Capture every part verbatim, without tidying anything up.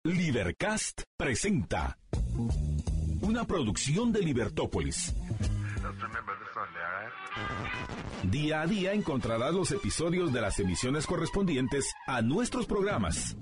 Libercast presenta una producción de Libertópolis. Día a día encontrarás los episodios de las emisiones correspondientes a nuestros programas.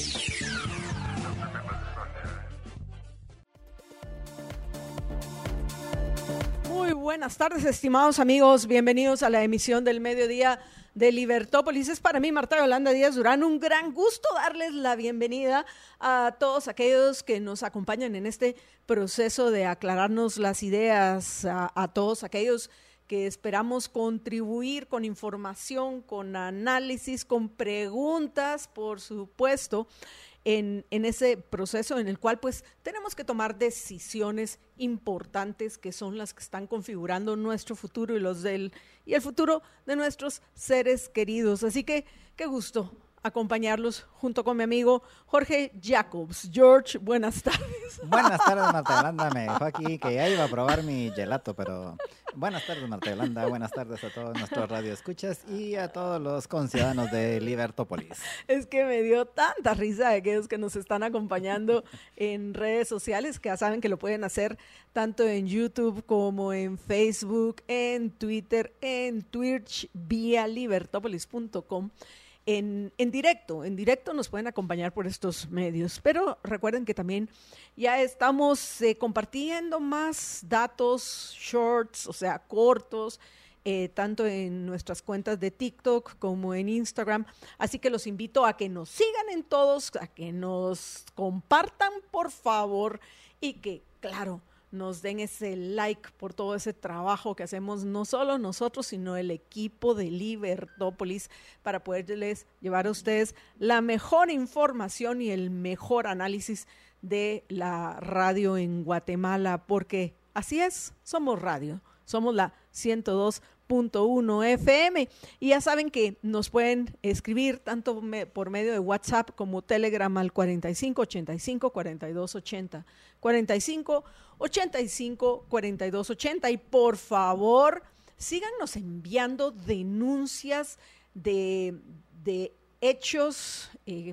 Muy buenas tardes, estimados amigos. Bienvenidos a la emisión del mediodía de Libertópolis. Es para mí, Marta Yolanda Díaz Durán, un gran gusto darles la bienvenida a todos aquellos que nos acompañan en este proceso de aclararnos las ideas, a, a todos aquellos que esperamos contribuir con información, con análisis, con preguntas, por supuesto, en, en ese proceso en el cual pues tenemos que tomar decisiones importantes que son las que están configurando nuestro futuro y los del y el futuro de nuestros seres queridos. Así que qué gusto acompañarlos junto con mi amigo Jorge Jacobs. George, buenas tardes. Buenas tardes, Marta Yolanda. Me dejó aquí que ya iba a probar mi gelato, pero buenas tardes, Marta Yolanda. Buenas tardes a todos nuestros radioescuchas y a todos los conciudadanos de Libertópolis. Es que me dio tanta risa de aquellos que nos están acompañando en redes sociales, que ya saben que lo pueden hacer tanto en YouTube como en Facebook, en Twitter, en Twitch, vía libertópolis punto com. En, en directo, en directo nos pueden acompañar por estos medios, pero recuerden que también ya estamos eh, compartiendo más datos, shorts, o sea, cortos, eh, tanto en nuestras cuentas de TikTok como en Instagram, así que los invito a que nos sigan en todos, a que nos compartan por favor y que, claro, nos den ese like por todo ese trabajo que hacemos no solo nosotros, sino el equipo de Libertópolis para poderles llevar a ustedes la mejor información y el mejor análisis de la radio en Guatemala, porque así es, somos radio, somos la ciento dos punto uno F M y ya saben que nos pueden escribir tanto me, por medio de WhatsApp como Telegram al cuarenta y cinco ochenta y cinco cuarenta y dos ochenta, cuarenta y cinco ochenta y cinco cuarenta y dos ochenta, y por favor síganos enviando denuncias de, de hechos eh,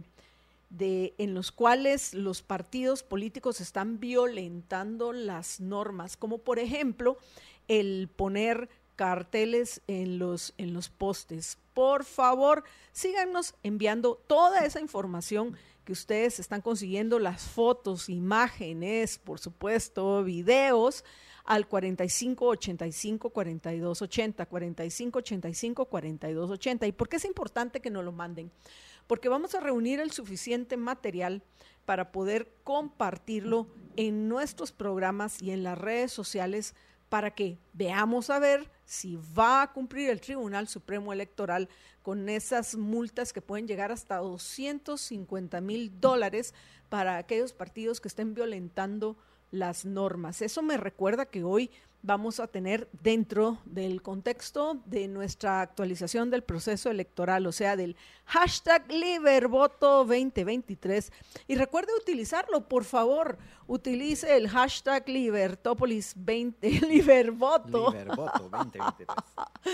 de, en los cuales los partidos políticos están violentando las normas, como por ejemplo el poner carteles en los, en los postes. Por favor, síganos enviando toda esa información que ustedes están consiguiendo, las fotos, imágenes, por supuesto, videos, al cuarenta y cinco ochenta y cinco cuarenta y dos ochenta, cuarenta y cinco ochenta y cinco cuarenta y dos ochenta. ¿Y por qué es importante que nos lo manden? Porque vamos a reunir el suficiente material para poder compartirlo en nuestros programas y en las redes sociales, para que veamos a ver si va a cumplir el Tribunal Supremo Electoral con esas multas que pueden llegar hasta doscientos cincuenta mil dólares para aquellos partidos que estén violentando las normas. Eso me recuerda que hoy vamos a tener, dentro del contexto de nuestra actualización del proceso electoral, o sea, del hashtag Libervoto veinte veintitrés, y recuerde utilizarlo, por favor, utilice el hashtag Libertópolis veinte, Libervoto. Libervoto veinte veintitrés.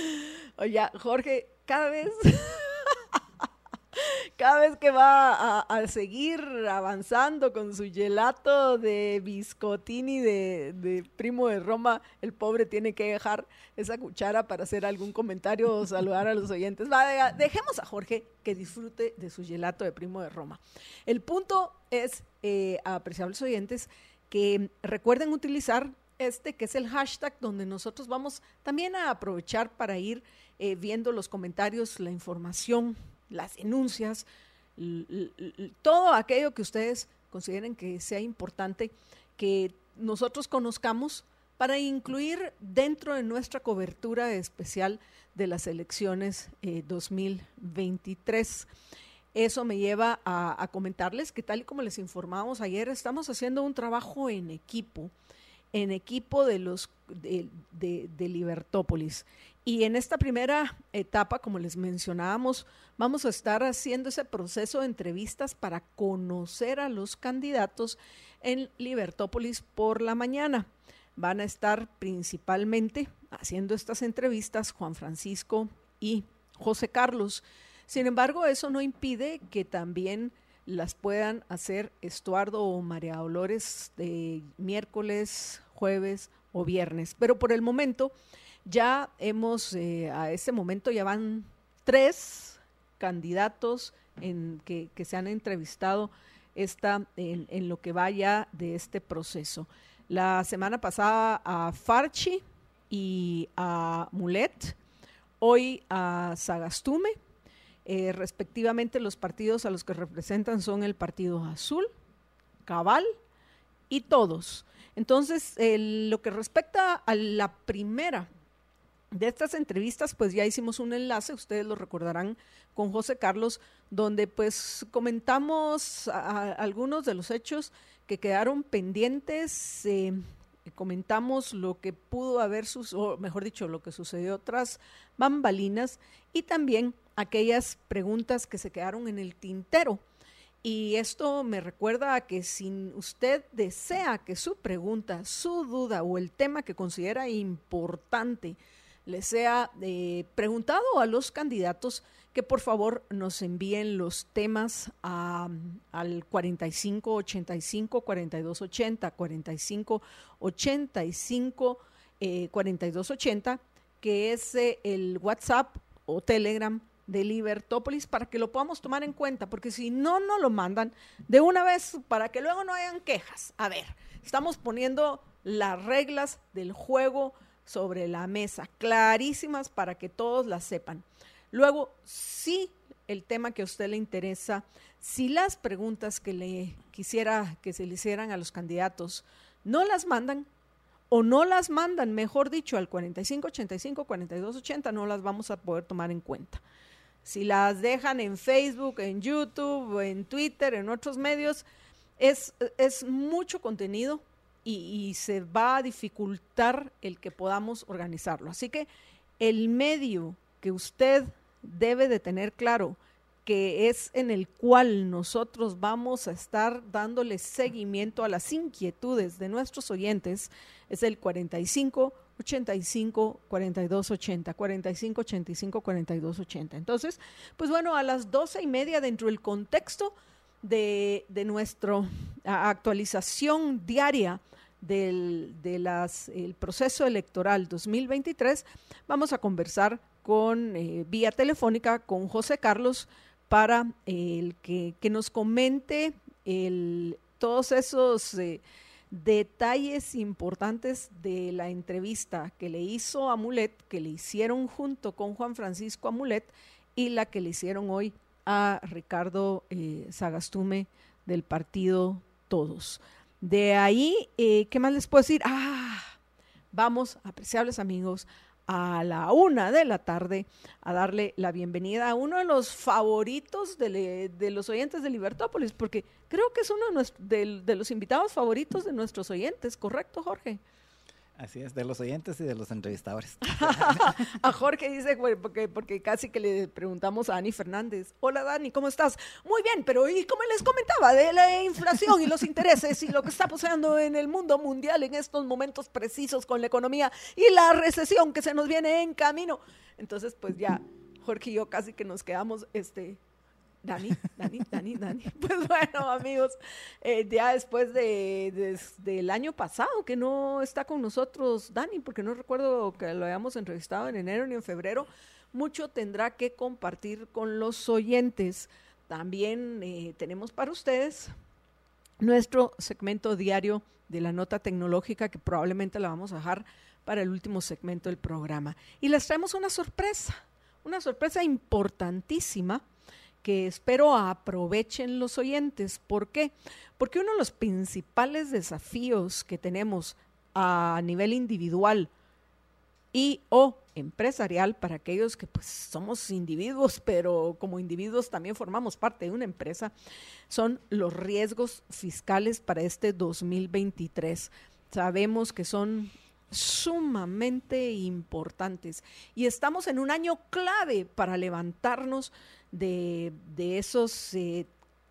Oye, Jorge, cada vez... Cada vez que va a, a seguir avanzando con su gelato de biscottini de, de Primo de Roma, el pobre tiene que dejar esa cuchara para hacer algún comentario o saludar a los oyentes. Va, dejemos a Jorge que disfrute de su gelato de Primo de Roma. El punto es, eh, apreciables oyentes, que recuerden utilizar este que es el hashtag, donde nosotros vamos también a aprovechar para ir eh, viendo los comentarios, la información, las denuncias, l- l- todo aquello que ustedes consideren que sea importante que nosotros conozcamos para incluir dentro de nuestra cobertura especial de las elecciones eh, dos mil veintitrés. Eso me lleva a, a comentarles que, tal y como les informamos ayer, estamos haciendo un trabajo en equipo, en equipo de los de, de, de Libertópolis. Y en esta primera etapa, como les mencionábamos, vamos a estar haciendo ese proceso de entrevistas para conocer a los candidatos en Libertópolis por la mañana. Van a estar principalmente haciendo estas entrevistas Juan Francisco y José Carlos. Sin embargo, eso no impide que también las puedan hacer Estuardo o María Dolores de miércoles, jueves o viernes. Pero por el momento ya hemos, eh, a este momento ya van tres candidatos en que, que se han entrevistado esta, en, en lo que vaya de este proceso. La semana pasada a Farchi y a Mulet, hoy a Sagastume. Eh, respectivamente, los partidos a los que representan son el Partido Azul, Cabal y Todos. Entonces, eh, lo que respecta a la primera de estas entrevistas, pues ya hicimos un enlace, ustedes lo recordarán, con José Carlos, donde pues comentamos a, a, algunos de los hechos que quedaron pendientes, eh, comentamos lo que pudo haber, sus, o mejor dicho, lo que sucedió tras bambalinas, y también aquellas preguntas que se quedaron en el tintero. Y esto me recuerda a que si usted desea que su pregunta, su duda o el tema que considera importante le sea eh, preguntado a los candidatos, que por favor nos envíen los temas a, al cuarenta y cinco ochenta y cinco cuarenta y dos ochenta, cuarenta y cinco ochenta y cinco eh, cuarenta y dos ochenta, que es eh, el WhatsApp o Telegram de Libertópolis, para que lo podamos tomar en cuenta, porque si no nos lo mandan de una vez, para que luego no hayan quejas. A ver, estamos poniendo las reglas del juego sobre la mesa, clarísimas para que todos las sepan. Luego, si el tema que a usted le interesa, si las preguntas que le quisiera que se le hicieran a los candidatos no las mandan, o no las mandan, mejor dicho, al cuarenta y cinco ochenta y cinco cuarenta y dos ochenta, no las vamos a poder tomar en cuenta. Si las dejan en Facebook, en YouTube, en Twitter, en otros medios, es, es mucho contenido y, y se va a dificultar el que podamos organizarlo. Así que el medio que usted debe de tener claro, que es en el cual nosotros vamos a estar dándole seguimiento a las inquietudes de nuestros oyentes, es el cuarenta y cinco ochenta y cinco cuarenta y dos ochenta, cuarenta y cinco ochenta y cinco cuarenta y dos ochenta. Entonces, pues bueno, a las doce y media, dentro del contexto de, de nuestra actualización diaria del de las, el proceso electoral dos mil veintitrés, vamos a conversar con eh, vía telefónica con José Carlos para eh, el que, que nos comente el, todos esos eh, detalles importantes de la entrevista que le hizo a Mulet, que le hicieron junto con Juan Francisco Amulet, y la que le hicieron hoy a Ricardo eh, Sagastume del partido Todos. De ahí, eh, ¿qué más les puedo decir? Ah, vamos, apreciables amigos, a la una de la tarde a darle la bienvenida a uno de los favoritos de, le, de los oyentes de Libertópolis, porque creo que es uno de, nuestro, de, de los invitados favoritos de nuestros oyentes, ¿correcto, Jorge? Así es, de los oyentes y de los entrevistadores. A Jorge dice, porque, porque casi que le preguntamos a Dani Fernández, hola Dani, ¿cómo estás? Muy bien, pero y como les comentaba, de la inflación y los intereses y lo que está pasando en el mundo mundial en estos momentos precisos con la economía y la recesión que se nos viene en camino. Entonces, pues ya, Jorge y yo casi que nos quedamos, este... Dani, Dani, Dani, Dani. Pues bueno, amigos, eh, ya después de, de, del año pasado que no está con nosotros Dani, porque no recuerdo que lo hayamos entrevistado en enero ni en febrero, mucho tendrá que compartir con los oyentes. También eh, tenemos para ustedes nuestro segmento diario de la nota tecnológica, que probablemente la vamos a dejar para el último segmento del programa. Y les traemos una sorpresa, una sorpresa importantísima, que espero aprovechen los oyentes. ¿Por qué? Porque uno de los principales desafíos que tenemos a nivel individual y o empresarial, para aquellos que pues somos individuos, pero como individuos también formamos parte de una empresa, son los riesgos fiscales para este dos mil veintitrés. Sabemos que son sumamente importantes y estamos en un año clave para levantarnos de, de esos eh,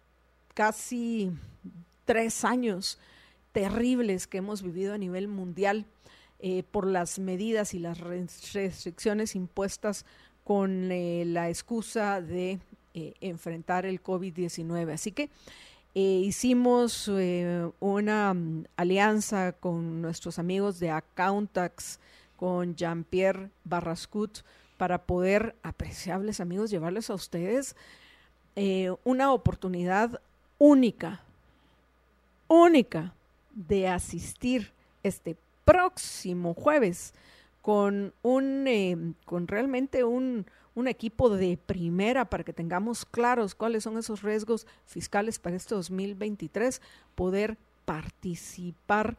casi tres años terribles que hemos vivido a nivel mundial eh, por las medidas y las restricciones impuestas con eh, la excusa de eh, enfrentar el COVID diecinueve. Así que eh, hicimos eh, una um, alianza con nuestros amigos de Accountax, con Jean-Pierre Barrascut, para poder, apreciables amigos, llevarles a ustedes eh, una oportunidad única, única de asistir este próximo jueves con un eh, con realmente un, un equipo de primera para que tengamos claros cuáles son esos riesgos fiscales para este dos mil veintitrés, poder participar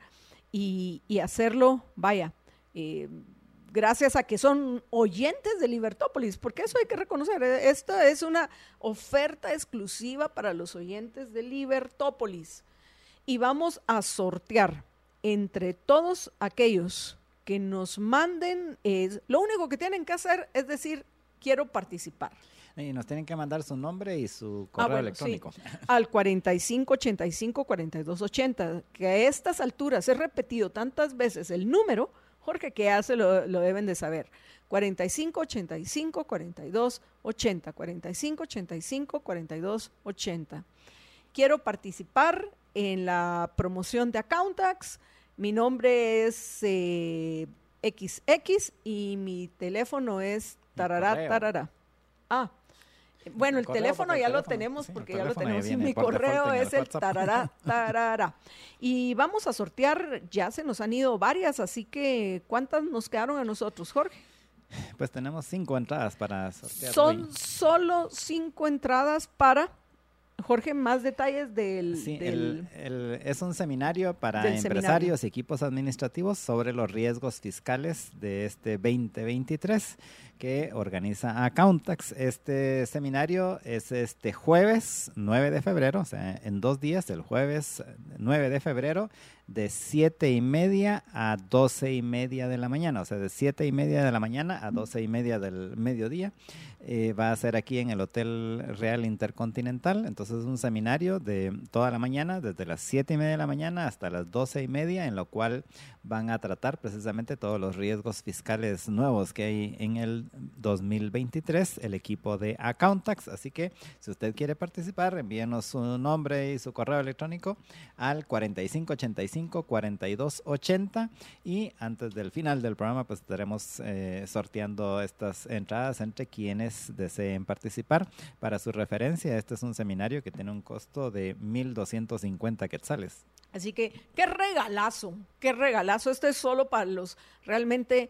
y, y hacerlo, vaya, eh, gracias a que son oyentes de Libertópolis, porque eso hay que reconocer, esta es una oferta exclusiva para los oyentes de Libertópolis y vamos a sortear entre todos aquellos que nos manden, eh, lo único que tienen que hacer es decir, quiero participar. Y nos tienen que mandar su nombre y su correo ah, bueno, electrónico. Sí, al cuarenta y cinco ochenta y cinco cuarenta y dos ochenta, que a estas alturas he repetido tantas veces el número, Jorge, que hace lo, lo deben de saber. cuarenta y cinco ochenta y cinco cuarenta y dos ochenta, cuarenta y cinco ochenta y cinco cuarenta y dos ochenta. Quiero participar en la promoción de Accountax. Mi nombre es eh, equis equis y mi teléfono es tarará, tarará. Ah, bueno, el, el teléfono ya lo tenemos sí, porque ya lo tenemos y mi correo es el tarará, tarará. Y vamos a sortear, ya se nos han ido varias, así que ¿cuántas nos quedaron a nosotros, Jorge? Pues tenemos cinco entradas para sortear. Son hoy. Solo cinco entradas para... Jorge, más detalles del... Sí, del, el, el, es un seminario para empresarios seminario. y equipos administrativos sobre los riesgos fiscales de este veinte veintitrés que organiza Accountax. Este seminario es este jueves nueve de febrero, o sea, en dos días, el jueves nueve de febrero, de siete y media a doce y media de la mañana, o sea, de siete y media de la mañana a doce y media del mediodía. Eh, va a ser aquí en el Hotel Real Intercontinental. Entonces es un seminario de toda la mañana, desde las siete y media de la mañana hasta las doce y media, en lo cual van a tratar precisamente todos los riesgos fiscales nuevos que hay en el dos mil veintitrés, el equipo de Accountax. Así que si usted quiere participar, envíenos su nombre y su correo electrónico al cuarenta y cinco ochenta y cinco cuarenta y dos ochenta y antes del final del programa pues estaremos eh, sorteando estas entradas entre quienes deseen participar. Para su referencia, este es un seminario que tiene un costo de mil doscientos cincuenta quetzales. Así que, qué regalazo, qué regalazo. Este es solo para los realmente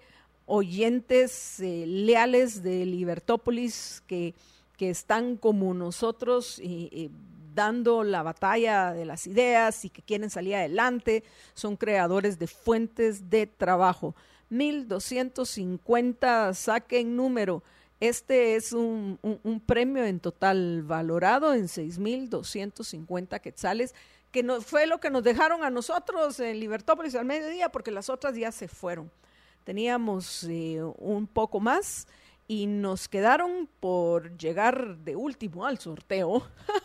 oyentes eh, leales de Libertópolis que, que están como nosotros eh, eh, dando la batalla de las ideas y que quieren salir adelante. Son creadores de fuentes de trabajo. mil doscientos cincuenta, saquen número. Este es un, un, un premio en total valorado en seis mil doscientos cincuenta quetzales, que no, fue lo que nos dejaron a nosotros en Libertópolis al mediodía, porque las otras ya se fueron. Teníamos eh, un poco más y nos quedaron por llegar de último al sorteo.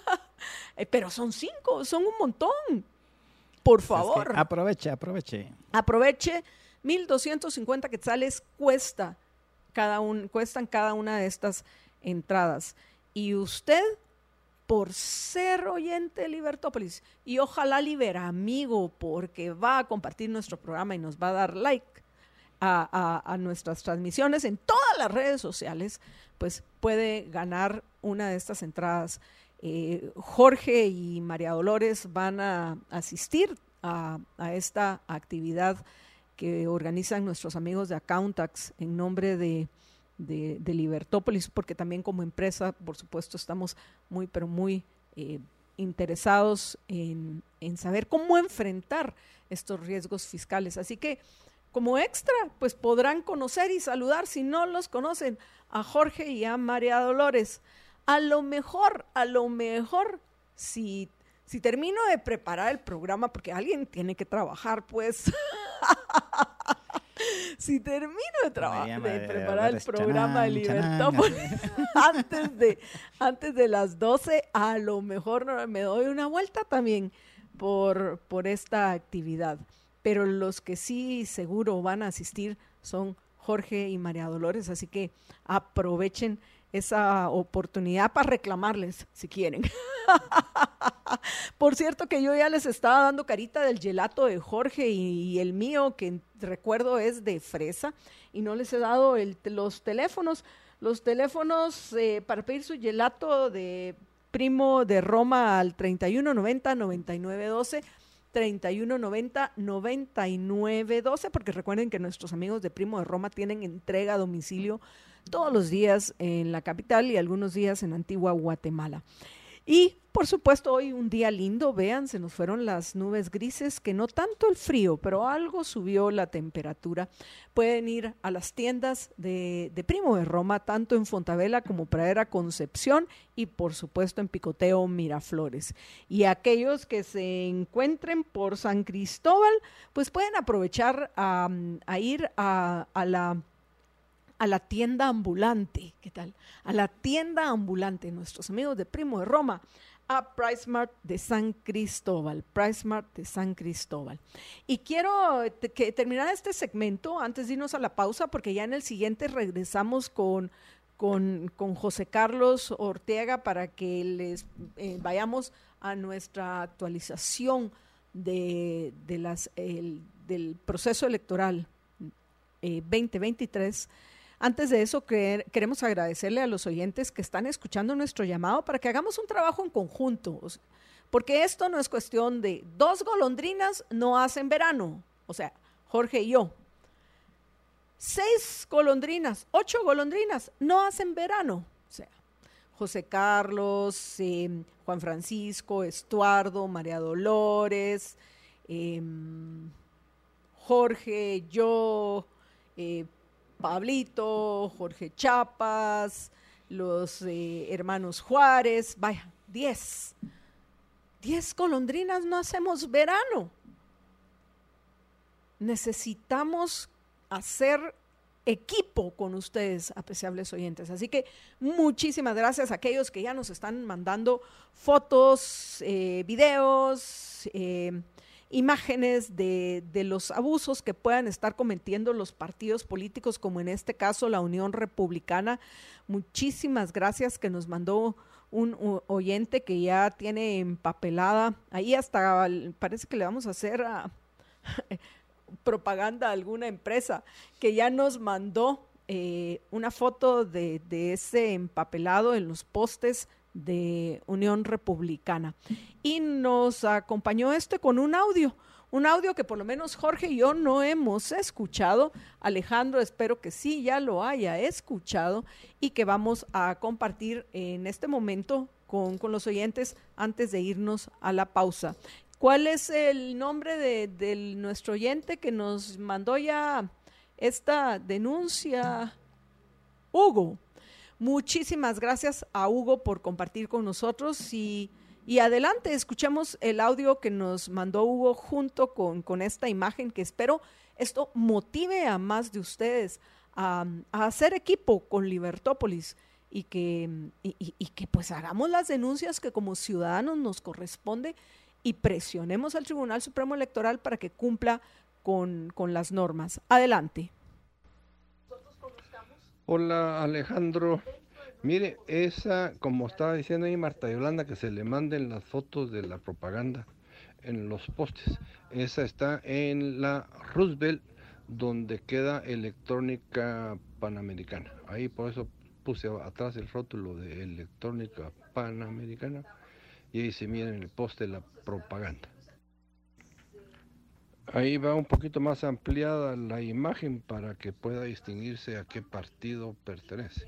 eh, pero son cinco, son un montón. Por favor. Es que aproveche, aproveche. Aproveche, mil doscientos cincuenta quetzales cuesta. Cada un, cuestan cada una de estas entradas. Y usted, por ser oyente de Libertópolis, y ojalá Liberamigo, porque va a compartir nuestro programa y nos va a dar like a, a, a nuestras transmisiones en todas las redes sociales, pues puede ganar una de estas entradas. Eh, Jorge y María Dolores van a asistir a, a esta actividad que organizan nuestros amigos de Accountax en nombre de, de, de Libertópolis, porque también como empresa, por supuesto, estamos muy, pero muy eh, interesados en, en saber cómo enfrentar estos riesgos fiscales. Así que, como extra, pues podrán conocer y saludar, si no los conocen, a Jorge y a María Dolores. A lo mejor, a lo mejor, si... Si termino de preparar el programa, porque alguien tiene que trabajar, pues, si termino de, traba- de preparar el programa de Libertópolis antes de, antes de las doce, a lo mejor me doy una vuelta también por, por esta actividad. Pero los que sí seguro van a asistir son Jorge y María Dolores, así que aprovechen esa oportunidad para reclamarles, si quieren. Por cierto que yo ya les estaba dando carita del gelato de Jorge y, y el mío, que recuerdo es de fresa, y no les he dado el, los teléfonos. Los teléfonos eh, para pedir su gelato de Primo de Roma al treinta y uno noventa, noventa y nueve doce, treinta y uno noventa, noventa y nueve doce, porque recuerden que nuestros amigos de Primo de Roma tienen entrega a domicilio todos los días en la capital y algunos días en Antigua Guatemala. Y por supuesto hoy un día lindo, vean, se nos fueron las nubes grises, que no tanto el frío, pero algo subió la temperatura. Pueden ir a las tiendas de, de Primo de Roma, tanto en Fontavela como Pradera Concepción y por supuesto en Picoteo Miraflores. Y aquellos que se encuentren por San Cristóbal, pues pueden aprovechar a, a ir a, a la... a la tienda ambulante, ¿qué tal? A la tienda ambulante, nuestros amigos de Primo de Roma, a PriceMart de San Cristóbal, PriceMart de San Cristóbal. Y quiero te, que terminar este segmento antes de irnos a la pausa, porque ya en el siguiente regresamos con, con, con José Carlos Ortega para que les eh, vayamos a nuestra actualización de, de las, el, del proceso electoral eh, veinte veintitrés. Antes de eso, que, queremos agradecerle a los oyentes que están escuchando nuestro llamado para que hagamos un trabajo en conjunto, porque esto no es cuestión de dos golondrinas no hacen verano, o sea, Jorge y yo. Seis golondrinas, ocho golondrinas no hacen verano, o sea, José Carlos, eh, Juan Francisco, Estuardo, María Dolores, eh, Jorge, yo, eh, Pablito, Jorge Chapas, los eh, hermanos Juárez, vaya, diez. Diez golondrinas no hacemos verano. Necesitamos hacer equipo con ustedes, apreciables oyentes. Así que muchísimas gracias a aquellos que ya nos están mandando fotos, eh, videos, eh, imágenes de, de los abusos que puedan estar cometiendo los partidos políticos, como en este caso la Unión Republicana. Muchísimas gracias, que nos mandó un, un oyente que ya tiene empapelada, ahí hasta parece que le vamos a hacer a, propaganda a alguna empresa, que ya nos mandó eh, una foto de, de ese empapelado en los postes de Unión Republicana, y nos acompañó este con un audio, un audio que por lo menos Jorge y yo no hemos escuchado. Alejandro, espero que sí ya lo haya escuchado, y que vamos a compartir en este momento con, con los oyentes antes de irnos a la pausa. ¿Cuál es el nombre de, de nuestro oyente que nos mandó ya esta denuncia? Hugo. Muchísimas gracias a Hugo por compartir con nosotros, y, y adelante, escuchemos el audio que nos mandó Hugo junto con, con esta imagen, que espero esto motive a más de ustedes a, a hacer equipo con Libertópolis, y que, y, y, y que pues hagamos las denuncias que como ciudadanos nos corresponde, y presionemos al Tribunal Supremo Electoral para que cumpla con, con las normas. Adelante. Hola Alejandro, mire, esa, como estaba diciendo ahí Marta Yolanda, que se le manden las fotos de la propaganda en los postes. Esa está en la Roosevelt, donde queda Electrónica Panamericana. Ahí por eso puse atrás el rótulo de Electrónica Panamericana, y ahí se mira en el poste la propaganda. Ahí va un poquito más ampliada la imagen para que pueda distinguirse a qué partido pertenece.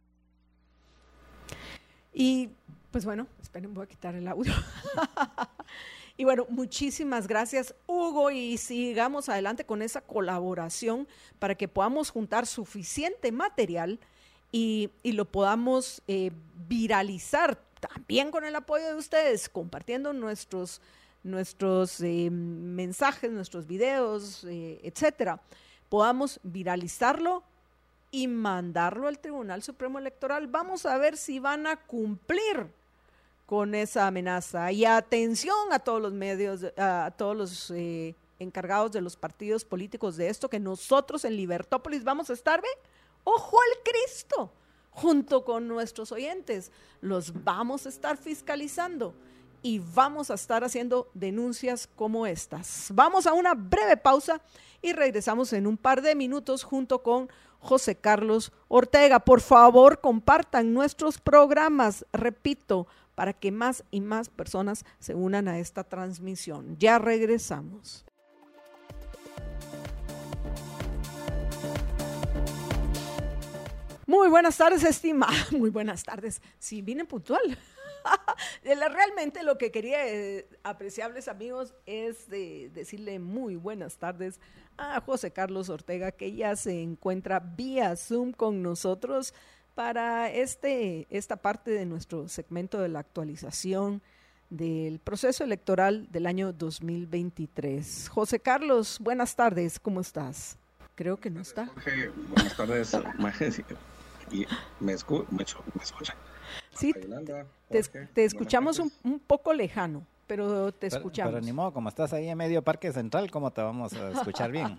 Y pues bueno, esperen, voy a quitar el audio. Y bueno, muchísimas gracias, Hugo, y sigamos adelante con esa colaboración para que podamos juntar suficiente material y, y lo podamos eh, viralizar también con el apoyo de ustedes, compartiendo nuestros nuestros eh, mensajes, nuestros videos, eh, etcétera, podamos viralizarlo y mandarlo al Tribunal Supremo Electoral. Vamos a ver si van a cumplir con esa amenaza. Y atención a todos los medios, a todos los eh, encargados de los partidos políticos de esto, que nosotros en Libertópolis vamos a estar, ¿ve? ¡Ojo al Cristo! junto con nuestros oyentes. Los vamos a estar fiscalizando y vamos a estar haciendo denuncias como estas. Vamos a una breve pausa y regresamos en un par de minutos junto con José Carlos Ortega. Por favor, compartan nuestros programas, repito, para que más y más personas se unan a esta transmisión. Ya regresamos. Muy buenas tardes, estimada. Muy buenas tardes. Sí, vine puntual. Realmente lo que quería, eh, apreciables amigos, es de decirle muy buenas tardes a José Carlos Ortega, que ya se encuentra vía Zoom con nosotros para este, esta parte de nuestro segmento de la actualización del proceso electoral del año dos mil veintitrés. José Carlos, buenas tardes, ¿cómo estás? Creo que no está. Jorge, buenas tardes. Y me, escu me, me escuchan. Sí, Yolanda, te, Jorge, te escuchamos un, un poco lejano, pero te pero, escuchamos. Pero ni modo, como estás ahí en medio Parque Central, ¿cómo te vamos a escuchar bien?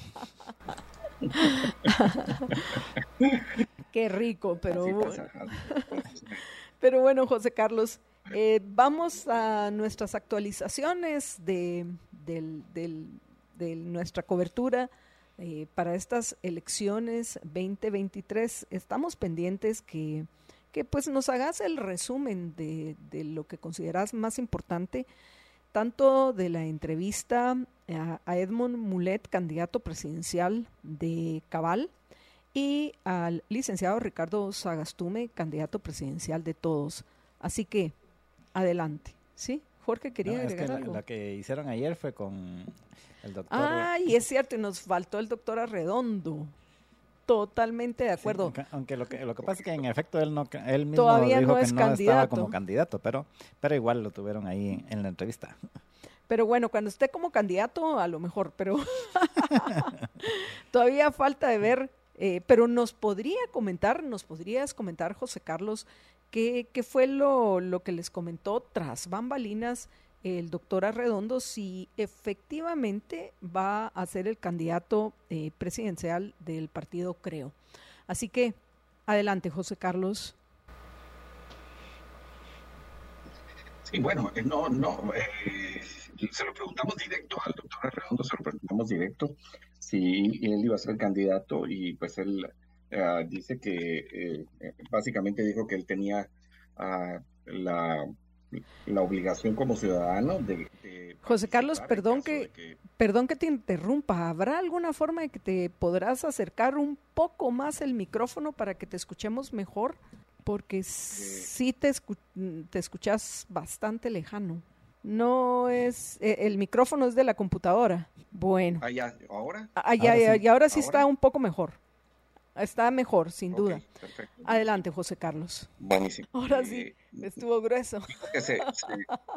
Qué rico, pero pasa, pero bueno, José Carlos, eh, vamos a nuestras actualizaciones de, del, del, de nuestra cobertura eh, para estas elecciones veinte veintitrés. Estamos pendientes que, que pues nos hagas el resumen de, de lo que consideras más importante, tanto de la entrevista a, a Edmond Mulet, candidato presidencial de Cabal, y al licenciado Ricardo Sagastume, candidato presidencial de Todos. Así que, adelante. ¿Sí? Jorge, quería no, agregar es que algo. Lo que hicieron ayer fue con el doctor... Ah, y es cierto, y nos faltó el doctor Arredondo. Totalmente de acuerdo. Sí, aunque, aunque lo que lo que pasa es que en efecto él no él mismo Todavía dijo no que es no candidato. estaba como candidato, pero pero igual lo tuvieron ahí en, en la entrevista. Pero bueno, cuando esté como candidato, a lo mejor, pero todavía falta de ver, eh, pero nos podría comentar, nos podrías comentar, José Carlos, qué, qué fue lo, lo que les comentó tras bambalinas el doctor Arredondo, si efectivamente va a ser el candidato eh, presidencial del partido Creo. Así que, adelante, José Carlos. Sí, bueno, eh, no, no, eh, se lo preguntamos directo al doctor Arredondo, se lo preguntamos directo si él iba a ser el candidato y pues él uh, dice que eh, básicamente dijo que él tenía uh, la... la obligación como ciudadano de, de José Carlos, perdón que, que perdón que te interrumpa, ¿habrá alguna forma de que te podrás acercar un poco más el micrófono para que te escuchemos mejor? Porque eh, sí te, escu te escuchas bastante lejano. No es, eh, el micrófono es de la computadora. Bueno. Ah, ya, ¿ahora? Ah, ya, ahora ya, sí. Y ahora sí ¿Ahora? Está un poco mejor. Está mejor, sin okay, duda. Perfecto. Adelante, José Carlos. Buenísimo. Ahora sí, eh, estuvo grueso. Que se, se,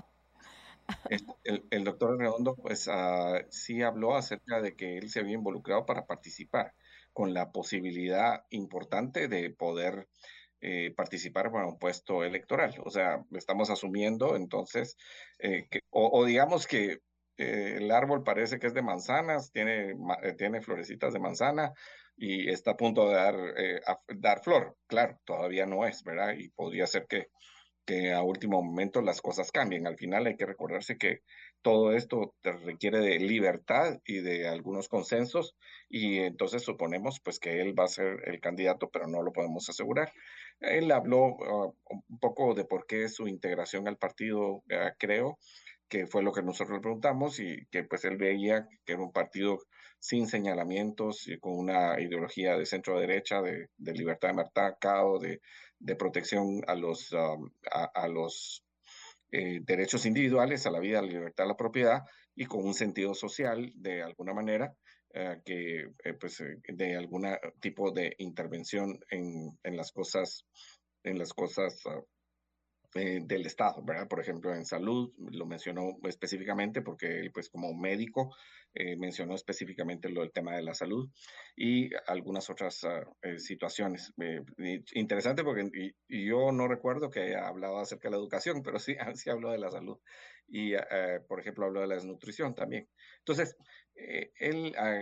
el, el, el doctor Redondo pues uh, sí habló acerca de que él se había involucrado para participar, con la posibilidad importante de poder eh, participar para un puesto electoral. O sea, estamos asumiendo entonces, eh, que, o, o digamos que eh, el árbol parece que es de manzanas, tiene, eh, tiene florecitas de manzana, y está a punto de dar, eh, a, dar flor. Claro, todavía no es, ¿verdad? Y podría ser que, que a último momento las cosas cambien. Al final hay que recordarse que todo esto requiere de libertad y de algunos consensos, y entonces suponemos pues que él va a ser el candidato, pero no lo podemos asegurar. Él habló uh, un poco de por qué su integración al partido, uh, creo, que fue lo que nosotros le preguntamos, y que pues él veía que era un partido sin señalamientos y con una ideología de centro derecha, de, de libertad de mercado, de, de protección a los, um, a, a los eh, derechos individuales, a la vida, a la libertad, a la propiedad, y con un sentido social de alguna manera, eh, que eh, pues eh, de algún tipo de intervención en, en las cosas, en las cosas uh, Eh, del Estado, ¿verdad? Por ejemplo, en salud, lo mencionó específicamente porque él, pues como médico, eh, mencionó específicamente lo del tema de la salud y algunas otras uh, eh, situaciones. Eh, interesante porque y, y yo no recuerdo que haya hablado acerca de la educación, pero sí, sí habló de la salud y, uh, por ejemplo, habló de la desnutrición también. Entonces, eh, él... Uh,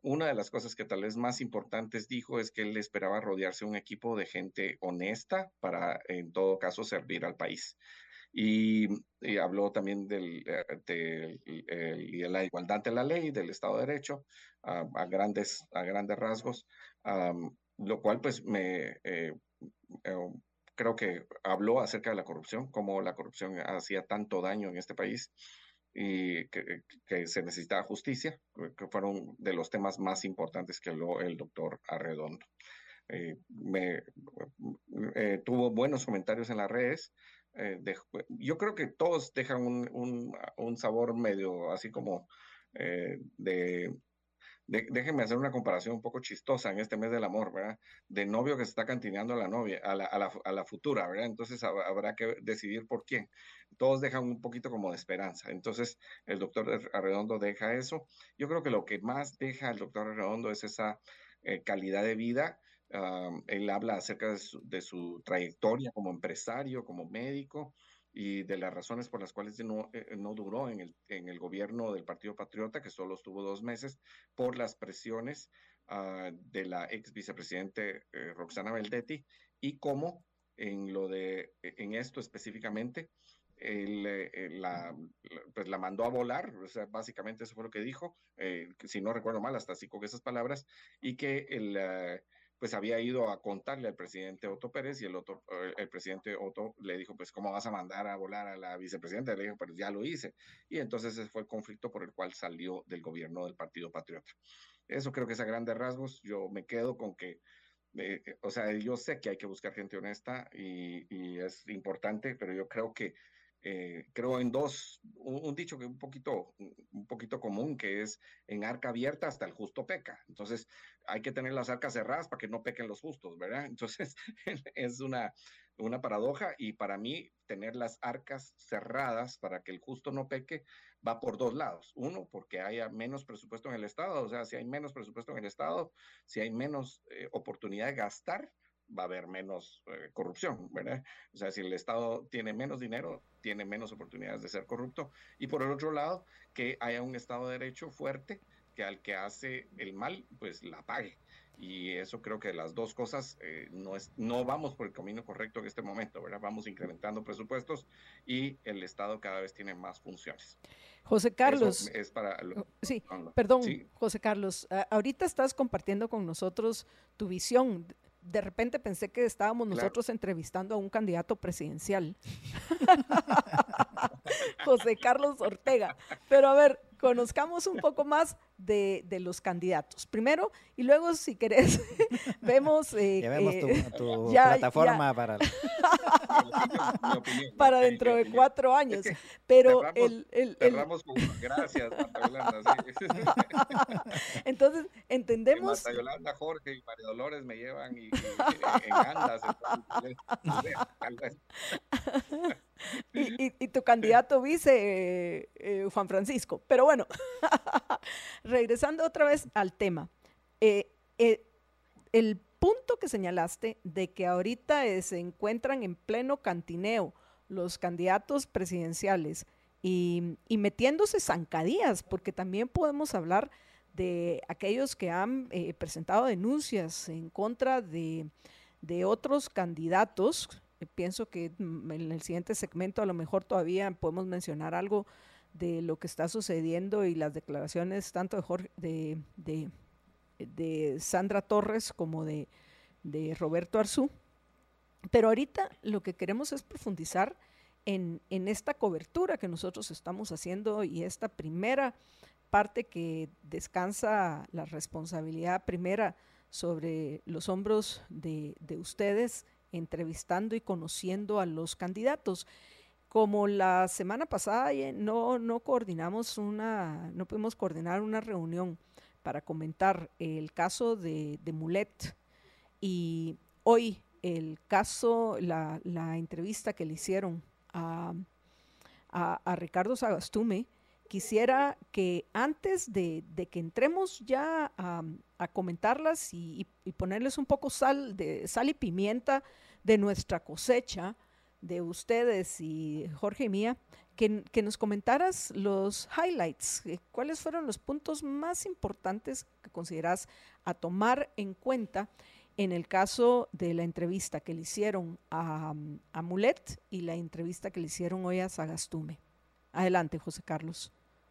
una de las cosas que tal vez más importantes dijo es que él esperaba rodearse de un equipo de gente honesta para, en todo caso, servir al país. Y, y habló también del, eh, del- el- de la igualdad ante la ley, del Estado de Derecho, a, a grandes, a grandes rasgos, am, lo cual pues me... eh, eh, creo que habló acerca de la corrupción, cómo la corrupción hacía tanto daño en este país y que, que se necesitaba justicia, que fueron de los temas más importantes que habló el doctor Arredondo. Eh, me, eh, tuvo buenos comentarios en las redes. Eh, de- yo creo que todos dejan un, un, un sabor medio así como eh, de de- déjenme hacer una comparación un poco chistosa en este mes del amor, ¿verdad? De novio que se está cantineando a la novia, a la, a la, a la futura, ¿verdad? Entonces hab- habrá que decidir por quién. Todos dejan un poquito como de esperanza. Entonces el doctor Arredondo deja eso. Yo creo que lo que más deja el doctor Arredondo es esa eh, calidad de vida. Um, él habla acerca de su, de su trayectoria como empresario, como médico y de las razones por las cuales no, eh, no duró en el, en el gobierno del Partido Patriota, que solo estuvo dos meses, por las presiones uh, de la ex vicepresidente eh, Roxana Beldetti, y cómo en lo de, en esto específicamente, él, eh, la, pues la mandó a volar, o sea, básicamente eso fue lo que dijo, eh, que si no recuerdo mal, hasta así con esas palabras, y que el... Uh, pues había ido a contarle al presidente Otto Pérez y el, otro, el presidente Otto le dijo, pues, ¿cómo vas a mandar a volar a la vicepresidenta? Le dijo, pero ya lo hice. Y entonces ese fue el conflicto por el cual salió del gobierno del Partido Patriota. Eso creo que es a grandes rasgos. Yo me quedo con que, eh, o sea, yo sé que hay que buscar gente honesta y, y es importante, pero yo creo que eh, creo en dos, un, un, dicho que un poquito, un poquito común, que es en arca abierta hasta el justo peca. Entonces hay que tener las arcas cerradas para que no pequen los justos, ¿verdad? Entonces es una, una paradoja y para mí tener las arcas cerradas para que el justo no peque va por dos lados. Uno, porque haya menos presupuesto en el Estado, o sea, si hay menos presupuesto en el Estado, si hay menos eh, oportunidad de gastar, va a haber menos eh, corrupción, ¿verdad? O sea, si el Estado tiene menos dinero, tiene menos oportunidades de ser corrupto. Y por el otro lado, que haya un Estado de Derecho fuerte que al que hace el mal, pues la pague. Y eso creo que las dos cosas eh, no, es, no vamos por el camino correcto en este momento, ¿verdad? Vamos incrementando presupuestos y el Estado cada vez tiene más funciones. José Carlos. Eso es para... Lo, sí, no, perdón, ¿sí? José Carlos. Uh, ahorita estás compartiendo con nosotros tu visión. De repente pensé que estábamos claro. nosotros entrevistando a un candidato presidencial. José Carlos Ortega. Pero a ver, conozcamos un poco más de, de los candidatos. Primero, y luego, si querés, vemos... Eh, ya vemos eh, tu, tu ya, plataforma ya. para... opinión, para dentro de cuatro años. Es que Pero cerramos, el, el, cerramos con gracias, Marta Yolanda. Sí. Entonces, entendemos... Marta Yolanda, Jorge y María Dolores me llevan y, y, y en andas. y, y, y tu candidato vice, eh, eh, Juan Francisco. Pero bueno, regresando otra vez al tema. Eh, eh, el punto que señalaste de que ahorita eh, se encuentran en pleno cantineo los candidatos presidenciales y, y metiéndose zancadillas, porque también podemos hablar de aquellos que han eh, presentado denuncias en contra de, de otros candidatos. Eh, pienso que en el siguiente segmento a lo mejor todavía podemos mencionar algo de lo que está sucediendo y las declaraciones tanto de, Jorge, de, de, de Sandra Torres como de, de Roberto Arzú. Pero ahorita lo que queremos es profundizar en, en esta cobertura que nosotros estamos haciendo y esta primera parte que descansa la responsabilidad primera sobre los hombros de, de ustedes, entrevistando y conociendo a los candidatos. Como la semana pasada no, no coordinamos una, no pudimos coordinar una reunión para comentar el caso de, de Mulet y hoy el caso, la, la entrevista que le hicieron a, a, a Ricardo Sagastume, quisiera que antes de, de que entremos ya a, a comentarlas y, y, y ponerles un poco sal, de, sal y pimienta de nuestra cosecha, de ustedes y Jorge y mía, que, que nos comentaras los highlights. Eh, ¿Cuáles fueron los puntos más importantes que consideras a tomar en cuenta en el caso de la entrevista que le hicieron a, a Mulet y la entrevista que le hicieron hoy a Sagastume? Adelante, José Carlos.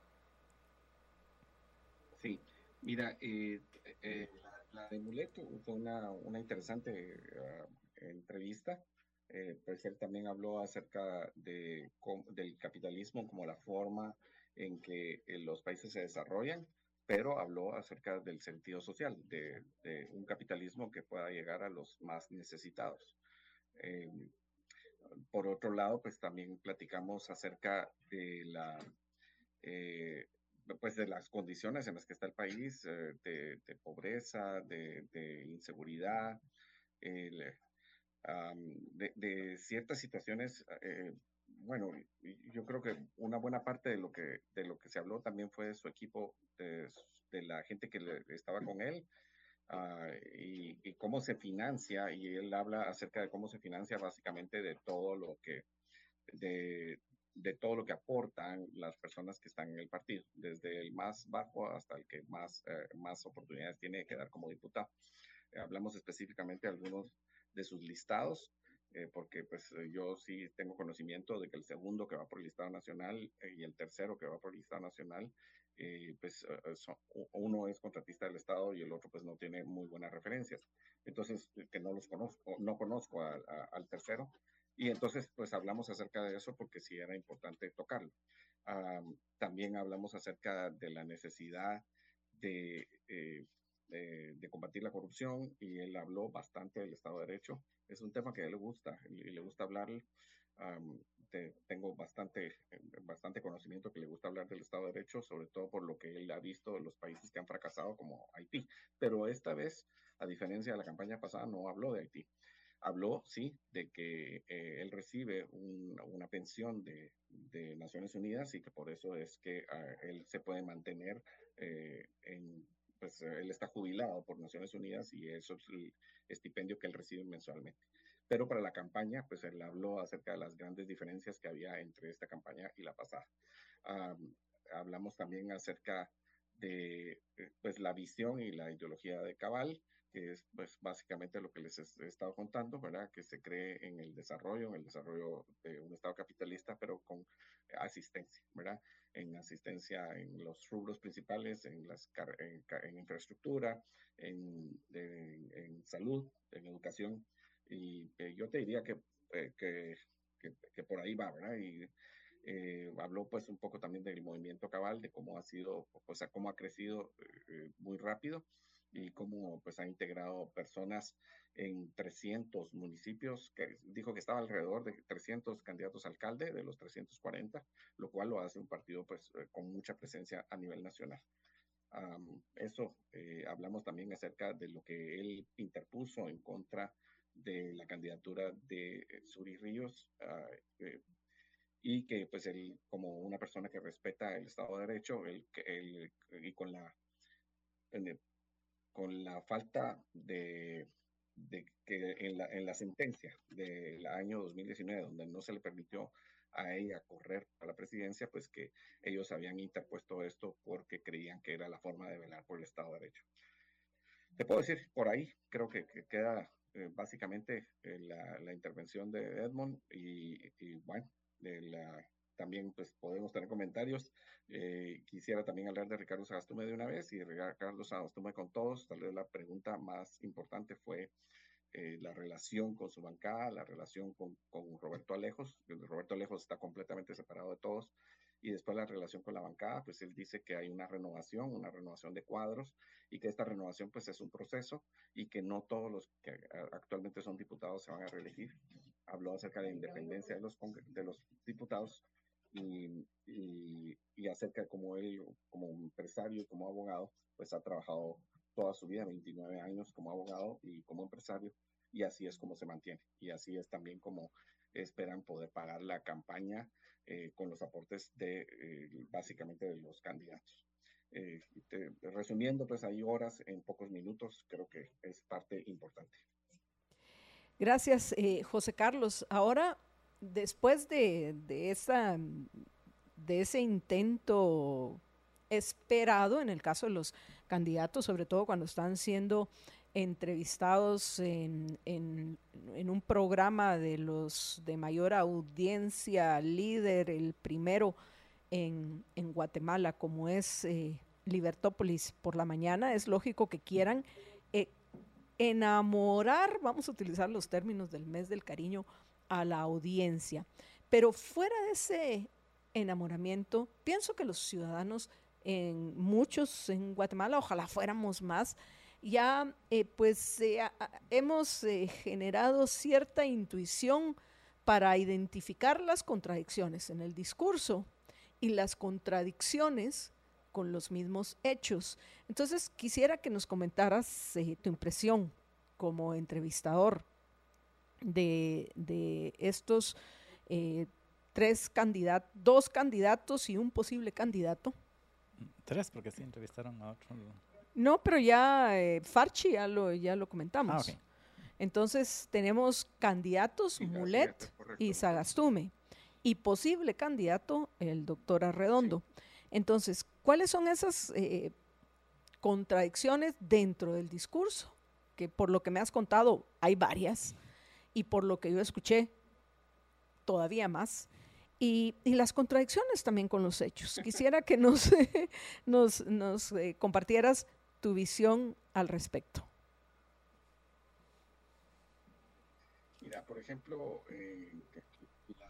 Sí, mira, eh, eh, la, la de Mulet fue una, una interesante uh, entrevista. Eh, pues él también habló acerca de, com, del capitalismo como la forma en que eh, los países se desarrollan, pero habló acerca del sentido social, de, de un capitalismo que pueda llegar a los más necesitados. Eh, por otro lado, pues también platicamos acerca de la... Eh, pues de las condiciones en las que está el país, eh, de, de, pobreza, de, de inseguridad, el, um, de, de ciertas situaciones. Eh, bueno, yo creo que una buena parte de lo que, de lo que se habló también fue de su equipo, de, de la gente que le, estaba con él, uh, y, y cómo se financia, y él habla acerca de cómo se financia básicamente de todo lo que, de, de todo lo que aportan las personas que están en el partido, desde el más bajo hasta el que más, eh, más oportunidades tiene de quedar como diputado. Eh, hablamos específicamente de algunos de sus listados, eh, porque pues yo sí tengo conocimiento de que el segundo que va por el listado nacional eh, y el tercero que va por el listado nacional, eh, pues uh, son, uno es contratista del Estado y el otro pues no tiene muy buenas referencias. Entonces, que no los conozco, no conozco a, a, al tercero. Y entonces, pues hablamos acerca de eso porque sí era importante tocarlo. Um, también hablamos acerca de la necesidad de, eh, de, de combatir la corrupción, y él habló bastante del Estado de Derecho. Es un tema que a él le gusta y le gusta hablar. Um, te, tengo bastante, bastante conocimiento que le gusta hablar del Estado de Derecho, sobre todo por lo que él ha visto de los países que han fracasado como Haití. Pero esta vez, a diferencia de la campaña pasada, no habló de Haití. Habló, sí, de que eh, él recibe un, una pensión de, de Naciones Unidas y que por eso es que uh, él se puede mantener eh, en, pues él está jubilado por Naciones Unidas y eso es el estipendio que él recibe mensualmente. Pero para la campaña, pues él habló acerca de las grandes diferencias que había entre esta campaña y la pasada. Um, hablamos también acerca de pues, la visión y la ideología de Cabal, que es pues básicamente lo que les he estado contando, ¿verdad? Que se cree en el desarrollo, en el desarrollo de un Estado capitalista, pero con asistencia, ¿verdad? En asistencia en los rubros principales, en, las, en, en infraestructura, en, en, en salud, en educación, y eh, yo te diría que, eh, que, que, que por ahí va, ¿verdad? Y eh, habló pues un poco también del movimiento Cabal, de cómo ha sido, o sea, cómo ha crecido eh, muy rápido, y cómo pues ha integrado personas en trescientos municipios, que dijo que estaba alrededor de trescientos candidatos a alcalde de los trescientos cuarenta, lo cual lo hace un partido pues eh, con mucha presencia a nivel nacional. Um, eso, eh, hablamos también acerca de lo que él interpuso en contra de la candidatura de Suri Ríos, uh, eh, y que pues él, como una persona que respeta el Estado de Derecho, él, él, y con la... En, con la falta de, de que en la, en la sentencia del año dos mil diecinueve, donde no se le permitió a ella correr a la presidencia, pues que ellos habían interpuesto esto porque creían que era la forma de velar por el Estado de Derecho. Te puedo decir, por ahí creo que, que queda eh, básicamente eh, la, la intervención de Edmond, y, y bueno, de la... También pues podemos tener comentarios. Eh, quisiera también hablar de Ricardo Sagastume de una vez, y Ricardo Sagastume con todos. Tal vez la pregunta más importante fue eh, la relación con su bancada, la relación con, con Roberto Alejos. Roberto Alejos está completamente separado de todos. Y después la relación con la bancada, pues él dice que hay una renovación, una renovación de cuadros, y que esta renovación pues es un proceso, y que no todos los que actualmente son diputados se van a reelegir. Habló acerca de la independencia de los, de los diputados, Y, y, y acerca de cómo él, como empresario y como abogado, pues ha trabajado toda su vida, veintinueve años como abogado y como empresario, y así es como se mantiene, y así es también como esperan poder pagar la campaña eh, con los aportes de eh, básicamente de los candidatos. Eh, te, resumiendo, pues hay horas en pocos minutos, creo que es parte importante. Gracias, eh, José Carlos. Ahora, después de, de esta de ese intento esperado en el caso de los candidatos, sobre todo cuando están siendo entrevistados en, en, en un programa de los de mayor audiencia, líder, el primero en, en Guatemala, como es eh, Libertópolis por la mañana. Es lógico que quieran eh, enamorar, vamos a utilizar los términos del mes del cariño, a la audiencia. Pero fuera de ese enamoramiento, pienso que los ciudadanos, en muchos en Guatemala, ojalá fuéramos más, ya eh, pues eh, a, a, hemos eh, generado cierta intuición para identificar las contradicciones en el discurso y las contradicciones con los mismos hechos. Entonces quisiera que nos comentaras eh, tu impresión como entrevistador de, de estos eh, tres candidatos, dos candidatos y un posible candidato. Tres, porque sí entrevistaron a otro. No, pero ya eh, Farchi ya lo, ya lo comentamos. Ah, okay. Entonces tenemos candidatos, sí, Mulet es, y Sagastume, y posible candidato el doctor Arredondo. Sí. Entonces, ¿cuáles son esas eh, contradicciones dentro del discurso? Que por lo que me has contado hay varias, y por lo que yo escuché todavía más. Y, y las contradicciones también con los hechos. Quisiera que nos, nos, nos eh, compartieras tu visión al respecto. Mira, por ejemplo, eh, la,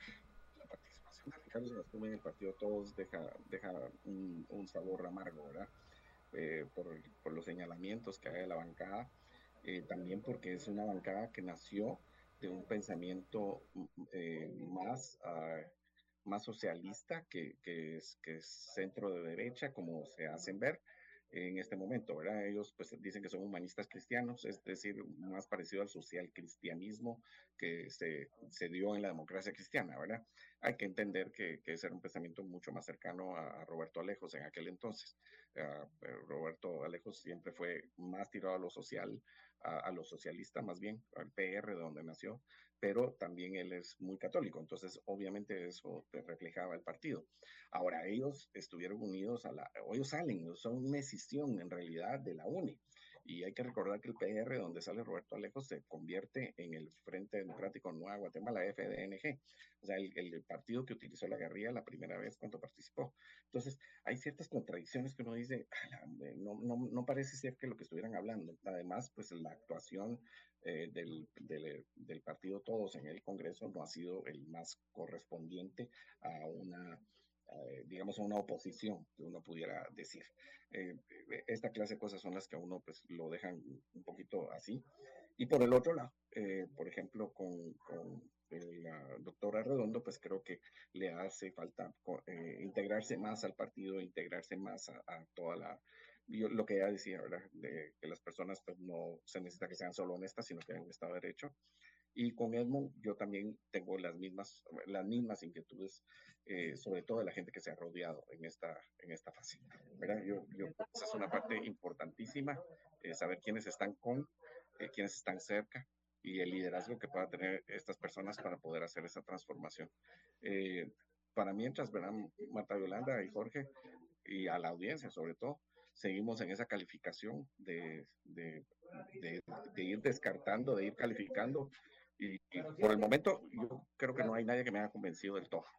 la participación de Ricardo Sagastume en el partido Todos deja, deja un, un sabor amargo, ¿verdad? Eh, por, por los señalamientos que hay de la bancada, eh, también porque es una bancada que nació de un pensamiento eh, más, uh, más socialista que, que, es, que es centro de derecha, como se hacen ver en este momento, ¿verdad? Ellos pues dicen que son humanistas cristianos, es decir, más parecido al social cristianismo que se, se dio en la democracia cristiana, ¿verdad? Hay que entender que, que ese era un pensamiento mucho más cercano a Roberto Alejos en aquel entonces. Uh, Roberto Alejos siempre fue más tirado a lo social, a, a lo socialista más bien, al P R de donde nació, pero también él es muy católico, entonces obviamente eso te reflejaba el partido. Ahora, ellos estuvieron unidos a la, o ellos salen, son una escisión en realidad de la U N E, y hay que recordar que el P R, donde sale Roberto Alejos, se convierte en el Frente Democrático Nueva Guatemala, F D N G, o sea, el, el partido que utilizó la guerrilla la primera vez cuando participó. Entonces, hay ciertas contradicciones que uno dice, no, no, no parece ser que lo que estuvieran hablando. Además, pues la actuación eh, del, del, del partido Todos en el Congreso no ha sido el más correspondiente a una, eh, digamos, a una oposición, que uno pudiera decir. Eh, esta clase de cosas son las que a uno pues lo dejan un poquito así. Y por el otro lado, eh, por ejemplo, con, con la doctora Arredondo, pues creo que le hace falta eh, integrarse más al partido, integrarse más a, a toda la, yo, lo que ella decía, ¿verdad? De que las personas pues, no se necesita que sean solo honestas, sino que hayan un Estado de Derecho. Y con Edmond yo también tengo las mismas, las mismas inquietudes, eh, sobre todo de la gente que se ha rodeado en esta, en esta fase, ¿verdad? Yo, yo, esa es una parte importantísima, eh, saber quiénes están con, eh, quiénes están cerca, y el liderazgo que pueda tener estas personas para poder hacer esa transformación. Eh, para mientras, ¿verdad? Marta Yolanda y Jorge, y a la audiencia sobre todo, seguimos en esa calificación de, de, de, de ir descartando, de ir calificando, y, y por el momento yo creo que no hay nadie que me haya convencido del todo.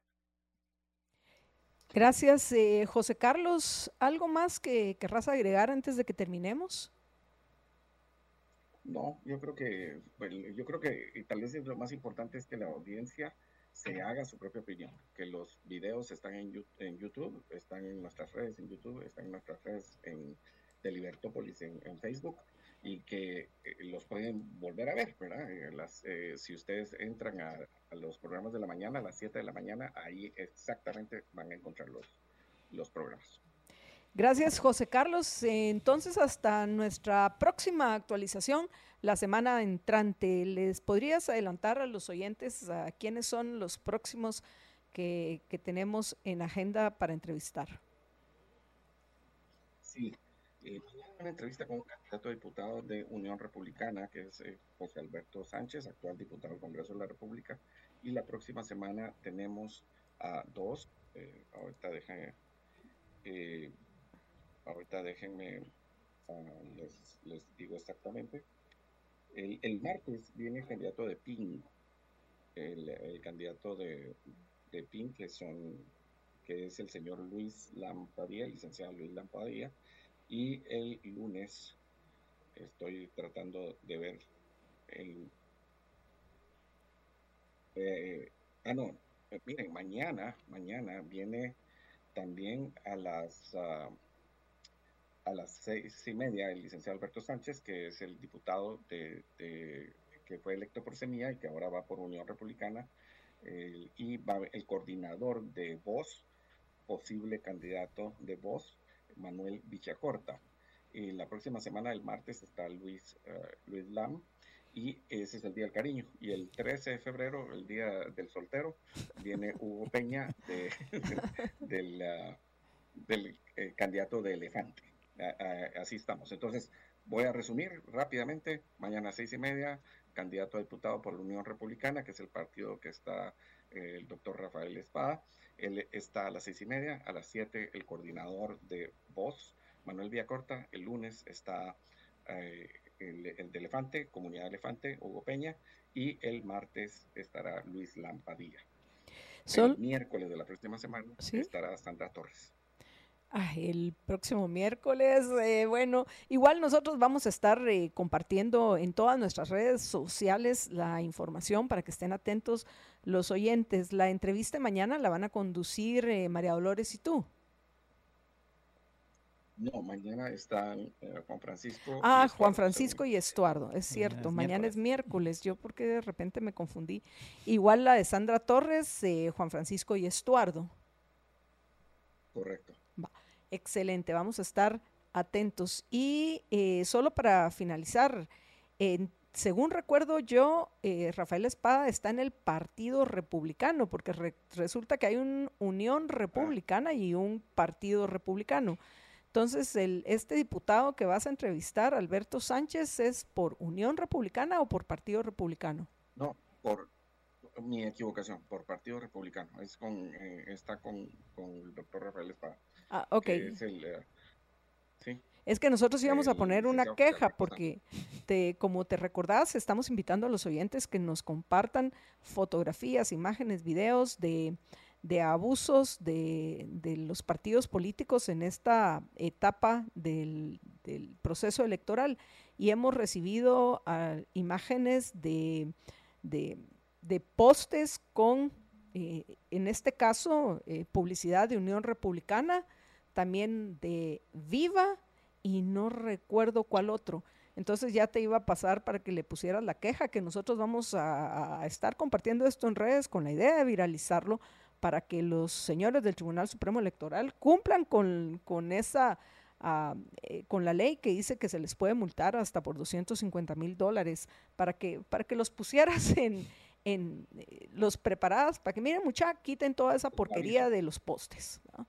Gracias, eh, José Carlos. ¿Algo más que querrás agregar antes de que terminemos? No, yo creo que, bueno, yo creo que y tal vez lo más importante es que la audiencia se haga su propia opinión, que los videos están en, en YouTube, están en nuestras redes en YouTube, están en nuestras redes en, de Libertópolis en, en Facebook, y que eh, los pueden volver a ver, ¿verdad? Eh, las, eh, si ustedes entran a, a los programas de la mañana, a las siete de la mañana, ahí exactamente van a encontrar los, los programas. Gracias, José Carlos. Entonces, hasta nuestra próxima actualización, la semana entrante, ¿les podrías adelantar a los oyentes a quiénes son los próximos que, que tenemos en agenda para entrevistar? Sí, eh, una entrevista con un candidato a diputado de Unión Republicana, que es eh, José Alberto Sánchez, actual diputado del Congreso de la República, y la próxima semana tenemos a dos eh, ahorita déjenme, eh, ahorita déjenme, uh, les, les digo exactamente. El, el martes viene el candidato de P I N, el, el candidato de, de P I N, que son, que es el señor Luis Lampadía, el licenciado Luis Lampadía, y el lunes estoy tratando de ver el eh, ah no, eh, miren, mañana, mañana viene también a las uh, a las seis y media el licenciado Alberto Sánchez, que es el diputado de, de que fue electo por Semilla y que ahora va por Unión Republicana, eh, y va el coordinador de Voz, posible candidato de Voz, Manuel Villacorta. Y la próxima semana, el martes, está Luis, uh, Luis Lam, y ese es el Día del Cariño. Y el trece de febrero, el Día del Soltero, viene Hugo Peña de, de, del, uh, del eh, candidato de Elefante. Uh, uh, así estamos. Entonces, voy a resumir rápidamente. Mañana a seis y media, candidato a diputado por la Unión Republicana, que es el partido que está eh, el doctor Rafael Espada. Él está a las seis y media. A las siete, el coordinador de Voz, Manuel Villacorta. El lunes está eh, el, el de Elefante, Comunidad de Elefante, Hugo Peña. Y el martes estará Luis Lampadía. Sol... El miércoles de la próxima semana, ¿sí?, estará Sandra Torres. Ay, el próximo miércoles, eh, bueno, igual nosotros vamos a estar eh, compartiendo en todas nuestras redes sociales la información para que estén atentos los oyentes. La entrevista de mañana la van a conducir eh, María Dolores y tú. No, mañana están eh, Juan Francisco. Ah, y Juan Francisco y Estuardo, es cierto, mañana es, mañana miércoles. es miércoles, yo porque de repente me confundí. Igual la de Sandra Torres, eh, Juan Francisco y Estuardo. Correcto. Va. Excelente, vamos a estar atentos. Y eh, solo para finalizar, eh, según recuerdo yo, eh, Rafael Espada está en el Partido Republicano, porque re resulta que hay una Unión Republicana ah. y un Partido Republicano. Entonces, el, este diputado que vas a entrevistar, Alberto Sánchez, ¿es por Unión Republicana o por Partido Republicano? No, por mi equivocación, por Partido Republicano. Es con, eh, está con, con el doctor Rafael Espada. Ah, ok. Es, el, uh, ¿sí? es que nosotros íbamos el, a poner una queja porque, te, como te recordás, estamos invitando a los oyentes que nos compartan fotografías, imágenes, videos de, de abusos de, de los partidos políticos en esta etapa del, del proceso electoral. Y hemos recibido uh, imágenes de, de, de postes con, eh, en este caso, eh, publicidad de Unión Republicana, también de Viva y no recuerdo cuál otro. Entonces ya te iba a pasar para que le pusieras la queja, que nosotros vamos a, a estar compartiendo esto en redes con la idea de viralizarlo para que los señores del Tribunal Supremo Electoral cumplan con, con esa, uh, eh, con la ley que dice que se les puede multar hasta por doscientos cincuenta mil dólares, para que, para que los pusieras en, en eh, los preparadas, para que miren mucha, quiten toda esa porquería de los postes, ¿no?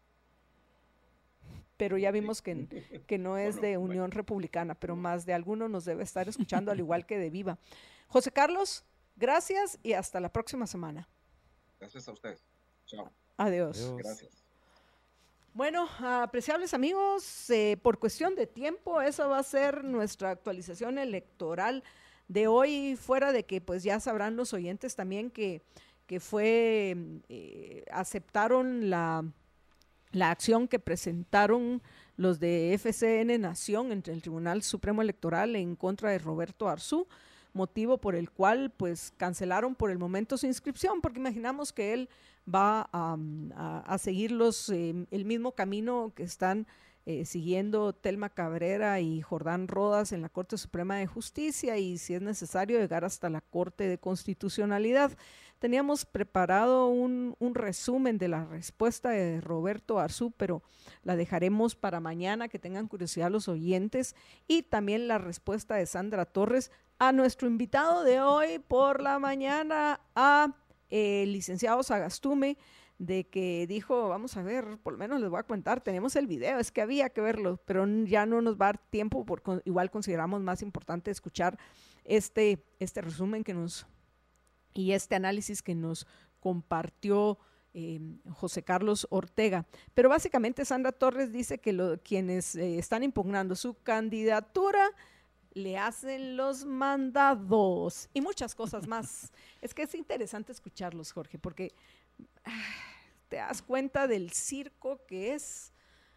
Pero ya vimos que, que no es de Unión Republicana, pero más de alguno nos debe estar escuchando, al igual que de Viva. José Carlos, gracias y hasta la próxima semana. Gracias a usted. Chao. Adiós. Adiós. Gracias. Bueno, apreciables amigos, eh, por cuestión de tiempo, esa va a ser nuestra actualización electoral de hoy, fuera de que pues ya sabrán los oyentes también que, que fue, eh, aceptaron la... la acción que presentaron los de F C N Nación entre el Tribunal Supremo Electoral en contra de Roberto Arzú, motivo por el cual pues cancelaron por el momento su inscripción, porque imaginamos que él va a, a, a seguir los, eh, el mismo camino que están eh, siguiendo Telma Cabrera y Jordán Rodas en la Corte Suprema de Justicia, y si es necesario llegar hasta la Corte de Constitucionalidad. Teníamos preparado un, un resumen de la respuesta de Roberto Arzú, pero la dejaremos para mañana, que tengan curiosidad los oyentes, y también la respuesta de Sandra Torres a nuestro invitado de hoy por la mañana, a eh, el licenciado Sagastume, de que dijo, vamos a ver, por lo menos les voy a contar, tenemos el video, es que había que verlo, pero ya no nos va a dar tiempo, porque igual consideramos más importante escuchar este, este resumen que nos... y este análisis que nos compartió eh, José Carlos Ortega. Pero básicamente Sandra Torres dice que lo, quienes eh, están impugnando su candidatura le hacen los mandados y muchas cosas más. Es que es interesante escucharlos, Jorge, porque ah, te das cuenta del circo que es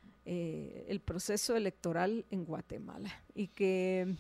eh, el proceso electoral en Guatemala y que,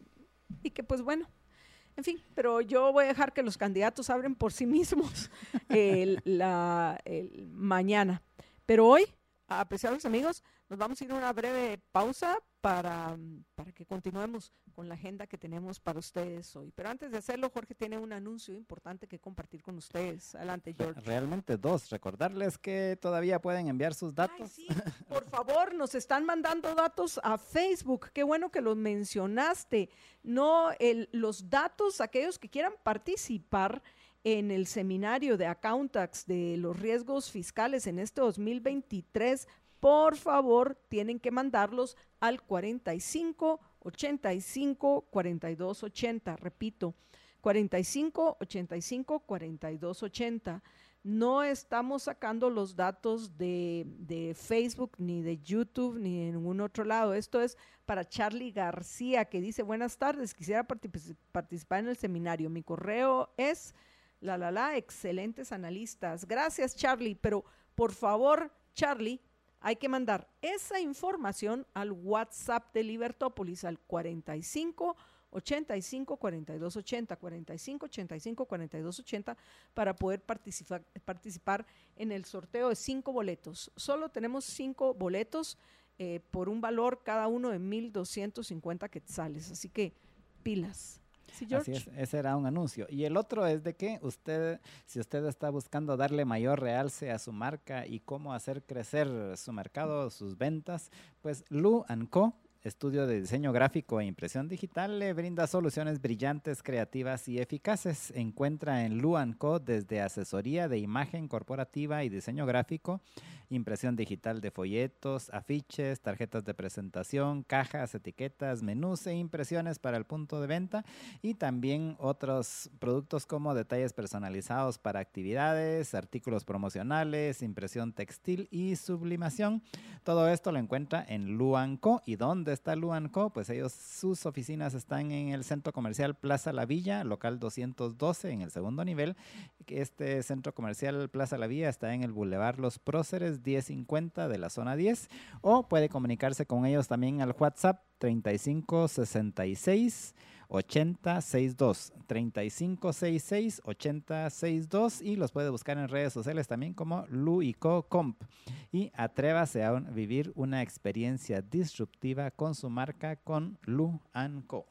y que pues bueno, en fin, pero yo voy a dejar que los candidatos hablen por sí mismos el, la, el mañana. Pero hoy, apreciados amigos, nos vamos a ir a una breve pausa para, para que continuemos con la agenda que tenemos para ustedes hoy. Pero antes de hacerlo, Jorge tiene un anuncio importante que compartir con ustedes. Adelante, George. Realmente dos. Recordarles que todavía pueden enviar sus datos. Ay, sí. Por favor, nos están mandando datos a Facebook. Qué bueno que los mencionaste. No, el, los datos, aquellos que quieran participar en el seminario de Accountax de los riesgos fiscales en este dos mil veintitrés, por favor, tienen que mandarlos al cuarenta y cinco, ochenta y cinco, cuarenta y dos ochenta. Repito, cuarenta y cinco, ochenta y cinco, cuarenta y dos ochenta. No estamos sacando los datos de, de Facebook, ni de YouTube, ni de ningún otro lado. Esto es para Charlie García, que dice, buenas tardes, quisiera particip- participar en el seminario. Mi correo es, la, la, la, excelentes analistas. Gracias, Charlie, pero por favor, Charlie, hay que mandar esa información al WhatsApp de Libertópolis, al cuarenta y cinco, ochenta y cinco, cuarenta y dos ochenta, cuarenta y cinco, ochenta y cinco, cuarenta y dos ochenta, para poder participar, participar en el sorteo de cinco boletos. Solo tenemos cinco boletos eh, por un valor cada uno de mil doscientos cincuenta quetzales, así que pilas. Sí, Así es, ese era un anuncio. Y el otro es de que usted, si usted está buscando darle mayor realce a su marca y cómo hacer crecer su mercado, sus ventas, pues Lu and Co, estudio de diseño gráfico e impresión digital, le brinda soluciones brillantes, creativas y eficaces. Encuentra en Lu and Co desde asesoría de imagen corporativa y diseño gráfico, impresión digital de folletos, afiches, tarjetas de presentación, cajas, etiquetas, menús e impresiones para el punto de venta, y también otros productos como detalles personalizados para actividades, artículos promocionales, impresión textil y sublimación. Todo esto lo encuentra en Lu and Co. ¿Y dónde está Lu and Co? Pues ellos, sus oficinas están en el centro comercial Plaza La Villa, local doscientos doce, en el segundo nivel. Este centro comercial Plaza La Villa está en el Boulevard Los Próceres diez cincuenta de la zona diez, o puede comunicarse con ellos también al WhatsApp treinta y cinco, sesenta y seis, ochenta, sesenta y dos, treinta y cinco, sesenta y seis, ochenta, sesenta y dos, y los puede buscar en redes sociales también como Lu y Co Comp. Y atrévase a un, vivir una experiencia disruptiva con su marca con Lu and Co.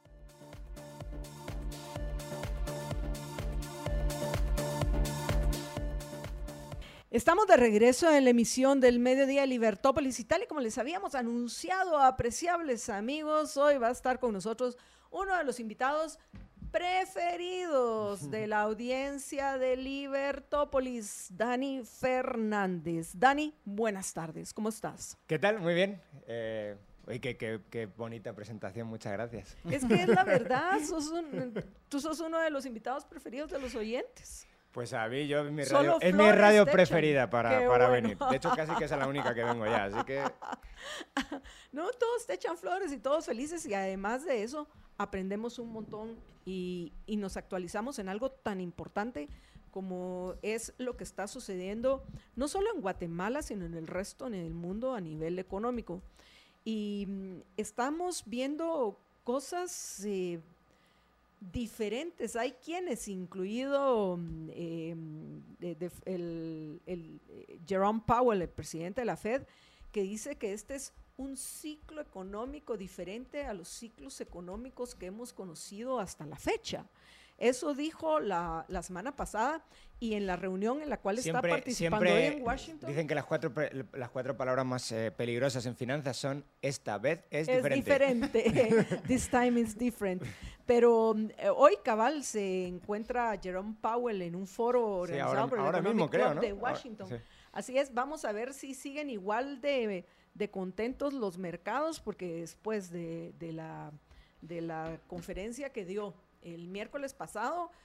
Estamos de regreso en la emisión del Mediodía Libertópolis, y tal y como les habíamos anunciado, apreciables amigos, hoy va a estar con nosotros uno de los invitados preferidos de la audiencia de Libertópolis, Dani Fernández. Dani, buenas tardes, ¿cómo estás? ¿Qué tal? Muy bien. Eh, uy, qué, qué, qué bonita presentación, muchas gracias. Es que es la verdad, sos un, tú sos uno de los invitados preferidos de los oyentes. Pues a mí, yo, mi Solo radio, es mi radio preferida para, para bueno. venir. De hecho, casi que es a la única que vengo ya, así que... No, todos te echan flores y todos felices, y además de eso, aprendemos un montón y, y nos actualizamos en algo tan importante como es lo que está sucediendo, no solo en Guatemala, sino en el resto, en el mundo a nivel económico. Y mm, estamos viendo cosas eh, diferentes. Hay quienes, incluido eh, de, de, el, el eh, Jerome Powell, el presidente de la Fed, que dice que este es un ciclo económico diferente a los ciclos económicos que hemos conocido hasta la fecha. Eso dijo la, la semana pasada, y en la reunión en la cual siempre, está participando siempre hoy en Washington. Dicen que las cuatro, las cuatro palabras más eh, peligrosas en finanzas son esta vez es, es diferente. diferente. This time is different. Pero eh, hoy cabal se encuentra Jerome Powell en un foro organizado sí, ahora, por el ahora Economic mismo, Club creo, ¿no? de Washington. Ahora, sí. Así es, vamos a ver si siguen igual de, de contentos los mercados, porque después de, de, la, de la conferencia que dio el miércoles pasado,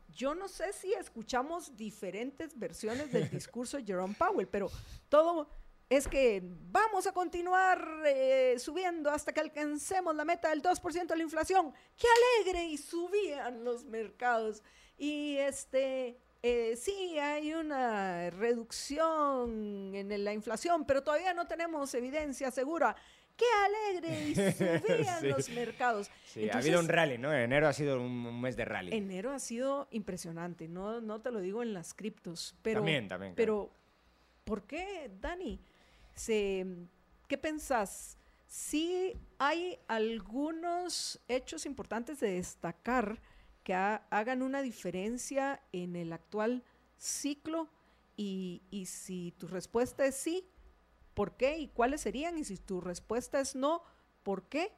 yo no sé si escuchamos diferentes versiones del discurso de Jerome Powell, pero todo es que vamos a continuar eh, subiendo hasta que alcancemos la meta del dos por ciento de la inflación. ¡Qué alegre! Y subían los mercados. Y este, eh, sí, hay una reducción en la inflación, pero todavía no tenemos evidencia segura. ¡Qué alegre! Y subían sí. los mercados. Sí, Entonces, ha habido un rally, ¿no? Enero ha sido un, un mes de rally. Enero ha sido impresionante, no, no te lo digo en las criptos. Pero, también, también. Pero, claro. ¿Por qué, Dani? Se, ¿Qué pensás? Sí hay algunos hechos importantes de destacar que ha, hagan una diferencia en el actual ciclo y, y si tu respuesta es sí, ¿por qué? ¿Y cuáles serían? Y si tu respuesta es no, ¿por qué?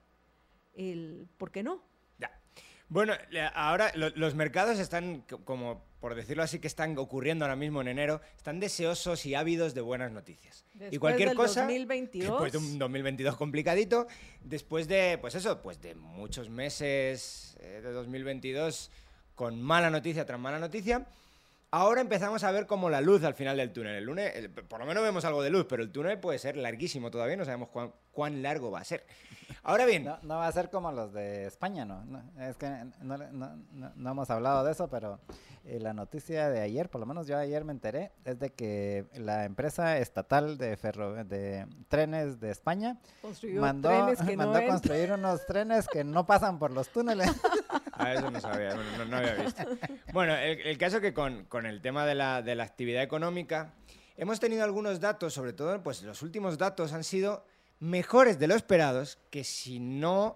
El, ¿Por qué no? Ya. Bueno, ahora lo, los mercados están, como por decirlo así, que están ocurriendo ahora mismo en enero, están deseosos y ávidos de buenas noticias. Después y cualquier del cosa, dos mil veintidós. Después de un dos mil veintidós complicadito, después de, pues eso, pues de muchos meses eh, de dos mil veintidós con mala noticia tras mala noticia, ahora empezamos a ver como la luz al final del túnel. El lunes, el, por lo menos vemos algo de luz, pero el túnel puede ser larguísimo todavía, no sabemos cuán, cuán largo va a ser. Ahora bien... No, no va a ser como los de España, ¿no? no es que no, no, no, no hemos hablado de eso, pero eh, la noticia de ayer, por lo menos yo ayer me enteré, es de que la empresa estatal de ferro, de trenes de España Construyó mandó, trenes que mandó no construir unos trenes que no pasan por los túneles. Ah, eso no sabía, no, no, no había visto. Bueno, el, el caso que con, con el tema de la, de la actividad económica, hemos tenido algunos datos, sobre todo, pues los últimos datos han sido mejores de lo esperados, que si no...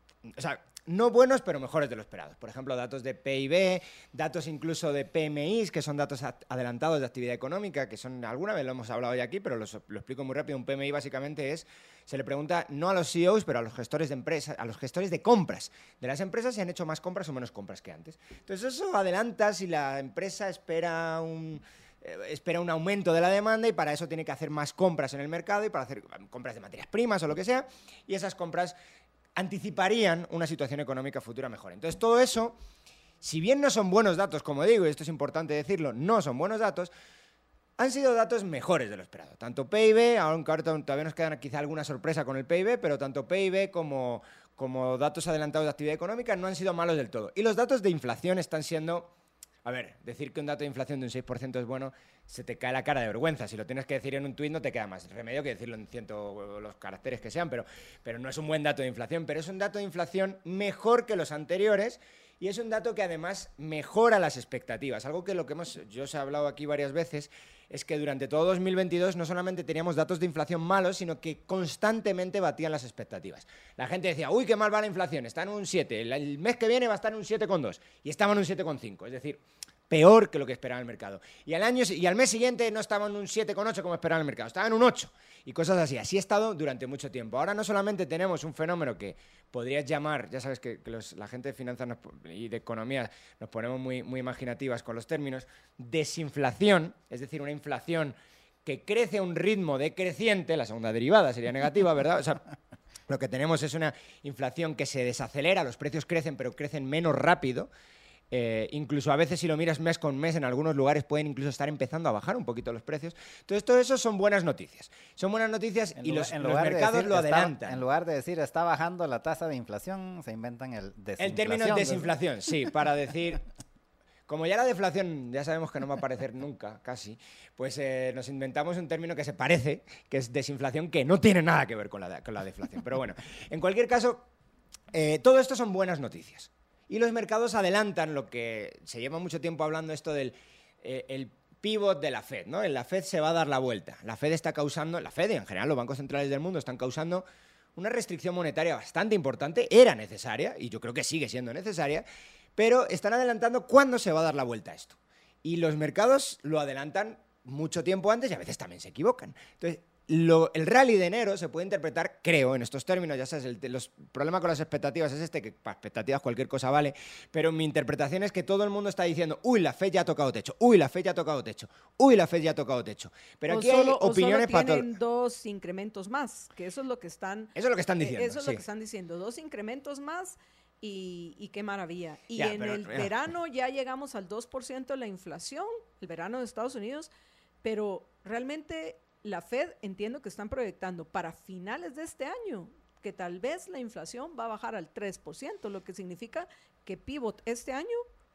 O sea, no buenos, pero mejores de lo esperado. Por ejemplo, datos de P I B, datos incluso de P M Is, que son datos adelantados de actividad económica, que son, alguna vez lo hemos hablado ya aquí, pero lo, lo explico muy rápido. Un P M I básicamente es, se le pregunta no a los C E Os, pero a los gestores de empresas, a los gestores de compras de las empresas, si han hecho más compras o menos compras que antes. Entonces eso adelanta si la empresa espera un... espera un aumento de la demanda y para eso tiene que hacer más compras en el mercado y para hacer compras de materias primas o lo que sea, y esas compras anticiparían una situación económica futura mejor. Entonces todo eso, si bien no son buenos datos, como digo, y esto es importante decirlo, no son buenos datos, han sido datos mejores de lo esperado. Tanto P I B, aunque ahora todavía nos queda quizá alguna sorpresa con el P I B, pero tanto P I B como, como datos adelantados de actividad económica no han sido malos del todo. Y los datos de inflación están siendo... A ver, decir que un dato de inflación de un seis por ciento es bueno, se te cae la cara de vergüenza. Si lo tienes que decir en un tuit no te queda más remedio que decirlo en ciento los caracteres que sean, pero, pero no es un buen dato de inflación. Pero es un dato de inflación mejor que los anteriores y es un dato que además mejora las expectativas. Algo que lo que hemos, yo os he hablado aquí varias veces, es que durante todo dos mil veintidós no solamente teníamos datos de inflación malos, sino que constantemente batían las expectativas. La gente decía, uy, qué mal va la inflación, está en un siete, el, el mes que viene va a estar en un siete coma dos y estaba en un siete coma cinco, es decir, peor que lo que esperaba el mercado. Y al, año, y al mes siguiente no estaba en un siete coma ocho como esperaba el mercado, estaba en un ocho y cosas así. Así ha estado durante mucho tiempo. Ahora no solamente tenemos un fenómeno que podrías llamar, ya sabes que, que los, la gente de finanzas nos, y de economía nos ponemos muy, muy imaginativas con los términos, desinflación, es decir, una inflación que crece a un ritmo decreciente, la segunda derivada sería negativa, ¿verdad? O sea, lo que tenemos es una inflación que se desacelera, los precios crecen, pero crecen menos rápido. Eh, incluso a veces si lo miras mes con mes en algunos lugares pueden incluso estar empezando a bajar un poquito los precios. Entonces todo eso son buenas noticias. Son buenas noticias y los, los mercados decir, lo adelantan. Está, en lugar de decir está bajando la tasa de inflación, se inventan el desinflación. El término desinflación, sí, para decir... Como ya la deflación ya sabemos que no va a aparecer nunca, casi, pues eh, nos inventamos un término que se parece, que es desinflación, que no tiene nada que ver con la, con la deflación. Pero bueno, en cualquier caso, eh, todo esto son buenas noticias. Y los mercados adelantan lo que se lleva mucho tiempo hablando, esto del eh, el pivot de la Fed, ¿no? La Fed se va a dar la vuelta. La Fed está causando, la Fed y en general los bancos centrales del mundo están causando una restricción monetaria bastante importante, era necesaria, y yo creo que sigue siendo necesaria, pero están adelantando cuándo se va a dar la vuelta a esto. Y los mercados lo adelantan mucho tiempo antes y a veces también se equivocan. Entonces, Lo, el rally de enero se puede interpretar, creo, en estos términos, ya sabes, el, los problema con las expectativas es este, que para expectativas cualquier cosa vale, pero mi interpretación es que todo el mundo está diciendo, uy, la Fed ya ha tocado techo, uy, la Fed ya ha tocado techo, uy, la Fed ya ha tocado techo. Pero aquí solo, hay opiniones para todos. Tienen dos incrementos más, que eso es lo que están... Eso es lo que están diciendo, Eso es sí. lo que están diciendo, dos incrementos más y, y qué maravilla. Y Ya, en pero- el ya. verano ya llegamos al dos por ciento de la inflación, el verano de Estados Unidos, pero realmente la Fed entiendo que están proyectando para finales de este año que tal vez la inflación va a bajar al tres por ciento, lo que significa que pivot este año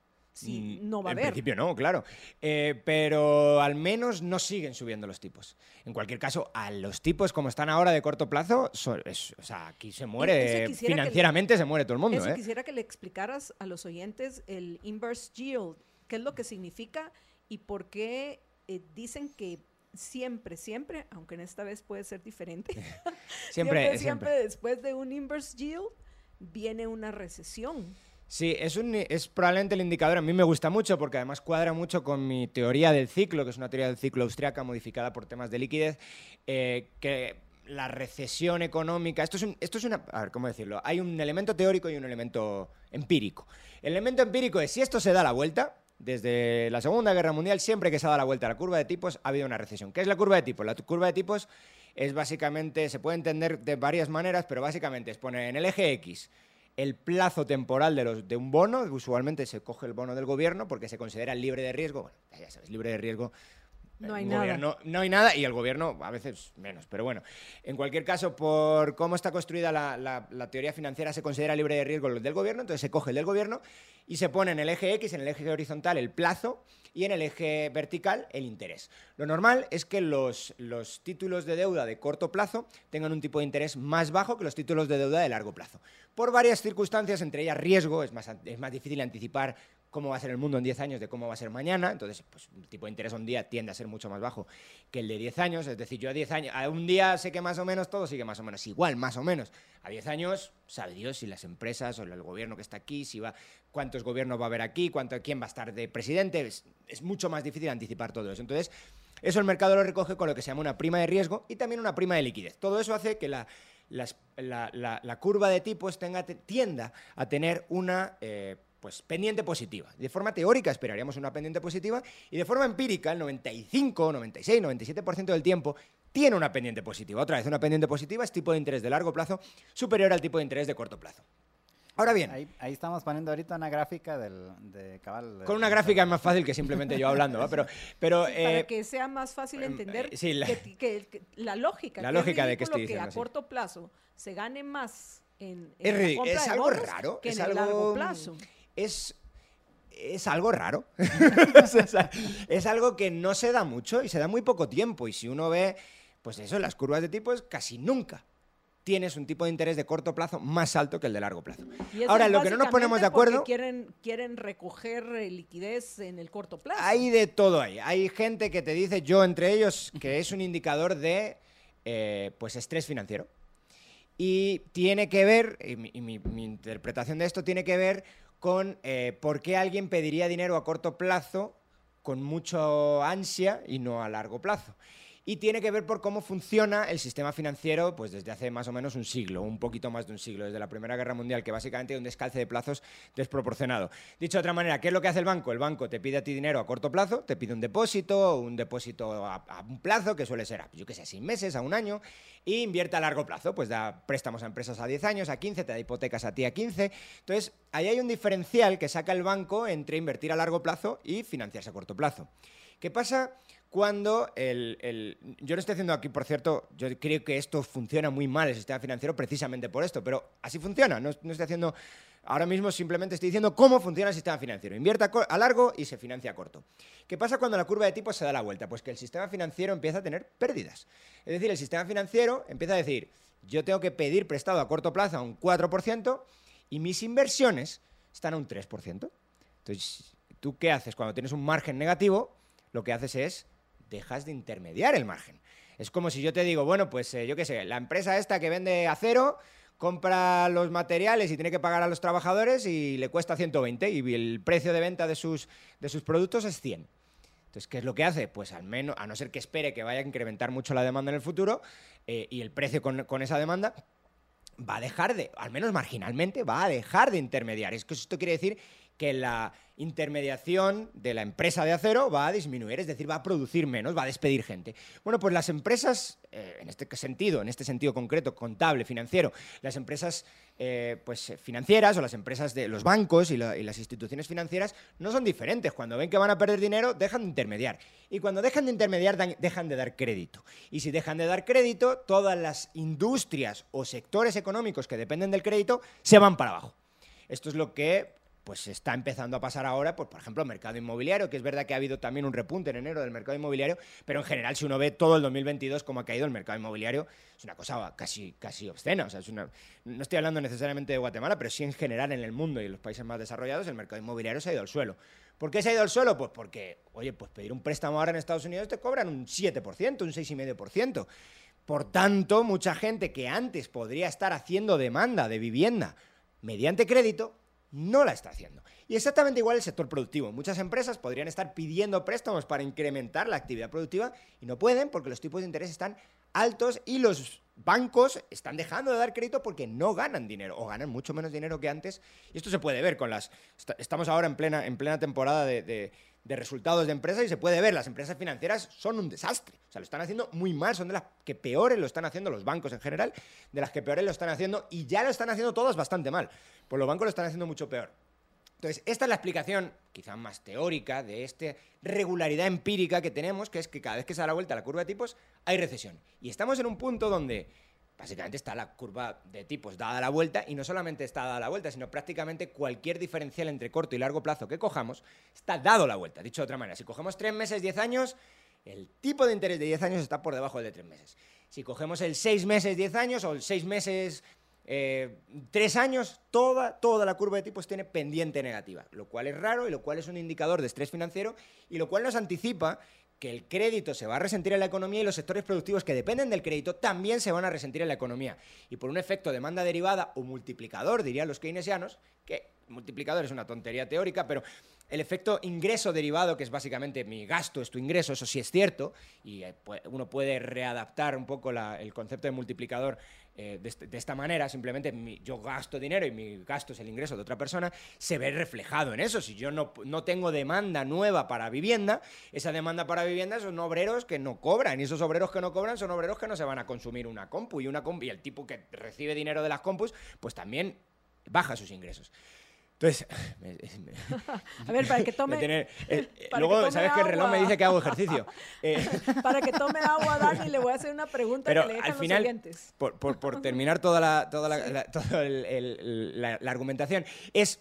sí Mm, no va a en haber. principio no, claro. Eh, pero al menos no siguen subiendo los tipos. En cualquier caso, a los tipos como están ahora de corto plazo, so- es- o sea, aquí se muere, Eso quisiera que le- financieramente se muere todo el mundo. Eso ¿eh? quisiera que le explicaras a los oyentes el inverse yield, qué es lo que significa y por qué eh, dicen que siempre, siempre, aunque en esta vez puede ser diferente, Siempre, siempre, siempre. después de un inverse yield viene una recesión. Sí, es, un, es probablemente el indicador. A mí me gusta mucho porque además cuadra mucho con mi teoría del ciclo, que es una teoría del ciclo austriaca modificada por temas de liquidez, eh, que la recesión económica... Esto es, un, esto es una... A ver, ¿cómo decirlo? Hay un elemento teórico y un elemento empírico. El elemento empírico es si esto se da la vuelta... Desde la Segunda Guerra Mundial, siempre que se ha dado la vuelta a la curva de tipos, ha habido una recesión. ¿Qué es la curva de tipos? La curva de tipos es básicamente, se puede entender de varias maneras, pero básicamente es poner en el eje X el plazo temporal de, los, de un bono. Usualmente se coge el bono del gobierno porque se considera libre de riesgo. Bueno, ya sabes, libre de riesgo. No hay un nada. gobierno- no hay nada y el gobierno a veces menos, pero bueno. En cualquier caso, por cómo está construida la, la- la teoría financiera, se considera libre de riesgo el del gobierno, entonces se coge el del gobierno y se pone en el eje X, en el eje horizontal, el plazo y en el eje vertical, el interés. Lo normal es que los, los títulos de deuda de corto plazo tengan un tipo de interés más bajo que los títulos de deuda de largo plazo. Por varias circunstancias, entre ellas riesgo, es más, es más difícil anticipar cómo va a ser el mundo en diez años de cómo va a ser mañana, entonces pues, el tipo de interés un día tiende a ser mucho más bajo que el de diez años, es decir, yo a diez años, a un día sé que más o menos todo sigue más o menos igual, más o menos. A diez años, sabe Dios si las empresas o el gobierno que está aquí, si va, cuántos gobiernos va a haber aquí, cuánto, quién va a estar de presidente, es, es mucho más difícil anticipar todo eso. Entonces, eso el mercado lo recoge con lo que se llama una prima de riesgo y también una prima de liquidez. Todo eso hace que la, las- la, la- la curva de tipos tenga, tienda a tener una... eh, pues pendiente positiva. De forma teórica esperaríamos una pendiente positiva y de forma empírica el noventa y cinco, noventa y seis, noventa y siete por ciento del tiempo tiene una pendiente positiva. Otra vez, una pendiente positiva es tipo de interés de largo plazo superior al tipo de interés de corto plazo. Ahora bien, Ahí, ahí estamos poniendo ahorita una gráfica del, de cabal. de- con una gráfica es más fácil que simplemente yo hablando, ¿va? Pero, pero Para eh, que sea más fácil entender eh, sí, la- que, que- que la lógica. La que es lógica de que ridículo estoy que diciendo, a sí. corto plazo se gane más en, en es, la ri- compra es de algo bonos raro. que Es en el algo, largo plazo. Es, es algo raro. O sea, es algo que no se da mucho y se da muy poco tiempo. Y si uno ve, pues eso, las curvas de tipos, casi nunca tienes un tipo de interés de corto plazo más alto que el de largo plazo. Y eso Ahora, es lo que no nos ponemos de básicamente acuerdo... porque Quieren, quieren recoger eh, liquidez en el corto plazo. Hay de todo ahí. Hay gente que te dice, yo entre ellos, que es un indicador de eh, pues estrés financiero. Y tiene que ver, y, mi, y mi- mi interpretación de esto tiene que ver con eh, por qué alguien pediría dinero a corto plazo con mucho ansia y no a largo plazo. Y tiene que ver por cómo funciona el sistema financiero pues desde hace más o menos un siglo, un poquito más de un siglo, desde la Primera Guerra Mundial, que básicamente hay un descalce de plazos desproporcionado. Dicho de otra manera, ¿qué es lo que hace el banco? El banco te pide a ti dinero a corto plazo, te pide un depósito, un depósito a, a un plazo, que suele ser, a, yo qué sé, seis meses, a un año, e invierte a largo plazo, pues da préstamos a empresas a diez años, a quince, te da hipotecas a ti a quince. Entonces, ahí hay un diferencial que saca el banco entre invertir a largo plazo y financiarse a corto plazo. ¿Qué pasa cuando el, el- Yo no estoy haciendo aquí, por cierto, yo creo que esto funciona muy mal, el sistema financiero, precisamente por esto, pero así funciona, no, no estoy haciendo... Ahora mismo simplemente estoy diciendo cómo funciona el sistema financiero. Invierte a, co- a largo y se financia a corto. ¿Qué pasa cuando la curva de tipos se da la vuelta? Pues que el sistema financiero empieza a tener pérdidas. Es decir, el sistema financiero empieza a decir, yo tengo que pedir prestado a corto plazo a un cuatro por ciento y mis inversiones están a un tres por ciento. Entonces, ¿tú qué haces? Cuando tienes un margen negativo, lo que haces es, dejas de intermediar el margen. Es como si yo te digo, bueno, pues eh, yo qué sé, la empresa esta que vende acero compra los materiales y tiene que pagar a los trabajadores y le cuesta ciento veinte y el precio de venta de sus, de sus productos es cien. Entonces, ¿qué es lo que hace? Pues al menos, a no ser que espere que vaya a incrementar mucho la demanda en el futuro eh, y el precio con, con esa demanda, va a dejar de, al menos marginalmente, va a dejar de intermediar. Es que esto quiere decir que la intermediación de la empresa de acero va a disminuir, es decir, va a producir menos, va a despedir gente. Bueno, pues las empresas, eh, en este sentido, en este sentido concreto, contable, financiero, las empresas eh, pues, financieras o las empresas de los bancos y, la, y las instituciones financieras no son diferentes. Cuando ven que van a perder dinero, dejan de intermediar. Y cuando dejan de intermediar, dan, dejan de dar crédito. Y si dejan de dar crédito, todas las industrias o sectores económicos que dependen del crédito se van para abajo. Esto es lo que pues está empezando a pasar ahora, pues, por ejemplo, el mercado inmobiliario, que es verdad que ha habido también un repunte en enero del mercado inmobiliario, pero en general, si uno ve todo el dos mil veintidós cómo ha caído el mercado inmobiliario, es una cosa casi, casi obscena. O sea, es una, no estoy hablando necesariamente de Guatemala, pero sí en general en el mundo y en los países más desarrollados, el mercado inmobiliario se ha ido al suelo. ¿Por qué se ha ido al suelo? Pues porque, oye, pues pedir un préstamo ahora en Estados Unidos te cobran un siete por ciento, un seis coma cinco por ciento. Por tanto, mucha gente que antes podría estar haciendo demanda de vivienda mediante crédito, no la está haciendo. Y exactamente igual el sector productivo. Muchas empresas podrían estar pidiendo préstamos para incrementar la actividad productiva y no pueden porque los tipos de interés están altos y los bancos están dejando de dar crédito porque no ganan dinero o ganan mucho menos dinero que antes. Y esto se puede ver con las... Estamos ahora en plena, en plena temporada de, de, de resultados de empresas y se puede ver. Las empresas financieras son un desastre. O sea, lo están haciendo muy mal. Son de las que peores lo están haciendo los bancos en general, de las que peores lo están haciendo y ya lo están haciendo todas bastante mal. Pues los bancos lo están haciendo mucho peor. Entonces, esta es la explicación, quizá más teórica, de esta regularidad empírica que tenemos, que es que cada vez que se da la vuelta a la curva de tipos, hay recesión. Y estamos en un punto donde básicamente está la curva de tipos dada la vuelta, y no solamente está dada la vuelta, sino prácticamente cualquier diferencial entre corto y largo plazo que cojamos está dado la vuelta. Dicho de otra manera, si cogemos tres meses, diez años, el tipo de interés de diez años está por debajo del de tres meses. Si cogemos el seis meses, diez años, o el seis meses... Eh, tres años, toda, toda la curva de tipos tiene pendiente negativa, lo cual es raro y lo cual es un indicador de estrés financiero y lo cual nos anticipa que el crédito se va a resentir en la economía y los sectores productivos que dependen del crédito también se van a resentir en la economía. Y por un efecto demanda derivada o multiplicador, dirían los keynesianos, que multiplicador es una tontería teórica, pero el efecto ingreso derivado, que es básicamente mi gasto es tu ingreso, eso sí es cierto, y uno puede readaptar un poco la, el concepto de multiplicador eh, de, este, de esta manera, simplemente mi, yo gasto dinero y mi gasto es el ingreso de otra persona, se ve reflejado en eso. Si yo no, no tengo demanda nueva para vivienda, esa demanda para vivienda son obreros que no cobran, y esos obreros que no cobran son obreros que no se van a consumir una compu, y, una compu, y el tipo que recibe dinero de las compus, pues también baja sus ingresos. Entonces, me, me, a ver, para que tome... Tener, eh, para luego, que tome sabes agua. Que el reloj me dice que hago ejercicio. Eh, para que tome agua, Dani, le voy a hacer una pregunta pero que le dejan al final, los oyentes. Por, por, por terminar toda la, toda la, sí. la, toda el, el, la, la argumentación, es,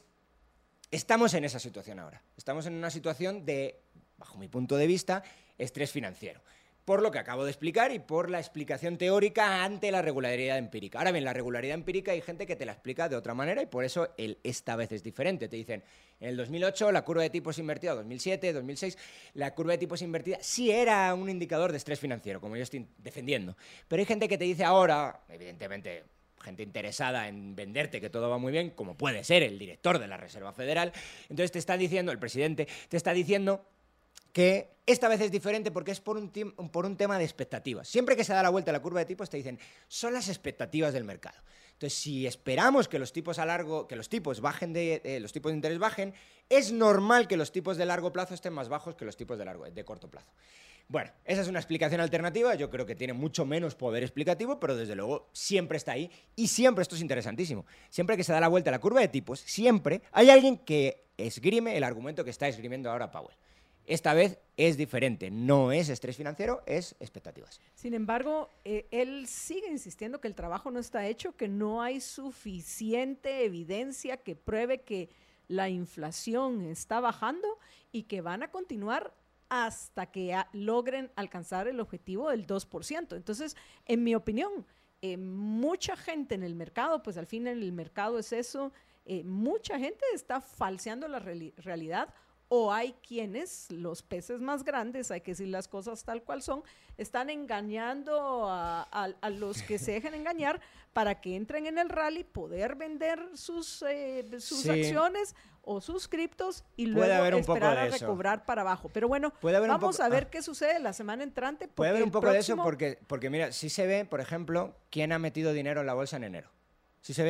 estamos en esa situación ahora. Estamos en una situación de, bajo mi punto de vista, estrés financiero. Por lo que acabo de explicar y por la explicación teórica ante la regularidad empírica. Ahora bien, la regularidad empírica hay gente que te la explica de otra manera y por eso el esta vez es diferente. Te dicen, en el dos mil ocho la curva de tipos invertida, dos mil siete, dos mil seis, la curva de tipos invertida sí era un indicador de estrés financiero, como yo estoy defendiendo. Pero hay gente que te dice ahora, evidentemente... gente interesada en venderte que todo va muy bien, como puede ser el director de la Reserva Federal, entonces te está diciendo, el presidente, te está diciendo que esta vez es diferente porque es por un, por un tema de expectativas. Siempre que se da la vuelta a la curva de tipos te dicen, son las expectativas del mercado. Entonces, si esperamos que los tipos a largo, que los tipos bajen de, eh, los tipos de interés bajen, es normal que los tipos de largo plazo estén más bajos que los tipos de largo, de corto plazo. Bueno, esa es una explicación alternativa, yo creo que tiene mucho menos poder explicativo, pero desde luego siempre está ahí y siempre, esto es interesantísimo, siempre que se da la vuelta a la curva de tipos, siempre hay alguien que esgrime el argumento que está esgrimiendo ahora Powell. Esta vez es diferente, no es estrés financiero, es expectativas. Sin embargo, eh, él sigue insistiendo que el trabajo no está hecho, que no hay suficiente evidencia que pruebe que la inflación está bajando y que van a continuar hasta que a, logren alcanzar el objetivo del dos por ciento. Entonces, en mi opinión, eh, mucha gente en el mercado, pues al fin en el mercado es eso, eh, mucha gente está falseando la reali- realidad. O hay quienes, los peces más grandes, hay que decir las cosas tal cual son, están engañando a, a, a los que se dejen engañar para que entren en el rally, poder vender sus, eh, sus sí. acciones o sus criptos y luego esperar a recobrar para abajo. Pero bueno, vamos a ver ah. qué sucede la semana entrante. Puede haber un poco próximo... de eso porque, porque, mira, sí se ve, por ejemplo, quién ha metido dinero en la bolsa en enero. Sí se ve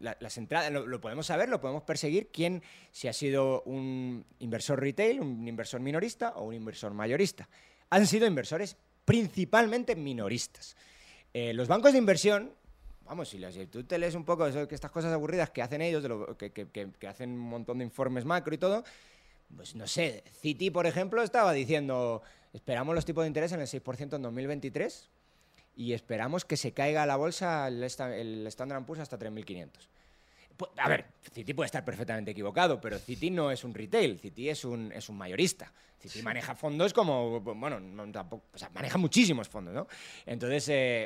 la, las entradas, lo, lo podemos saber, lo podemos perseguir, quién, si ha sido un inversor retail, un inversor minorista o un inversor mayorista. Han sido inversores principalmente minoristas. Eh, los bancos de inversión, vamos, si, las, si tú te lees un poco de estas cosas aburridas que hacen ellos, de lo, que, que, que, que hacen un montón de informes macro y todo, pues no sé, Citi, por ejemplo, estaba diciendo, esperamos los tipos de interés en el seis por ciento en dos mil veintitrés y esperamos que se caiga a la bolsa el, el Standard and Poor's hasta tres mil quinientos. A ver, Citi puede estar perfectamente equivocado, pero Citi no es un retail, Citi es un, es un mayorista. Citi maneja fondos como, bueno, no, tampoco, o sea, maneja muchísimos fondos, ¿no? Entonces, eh,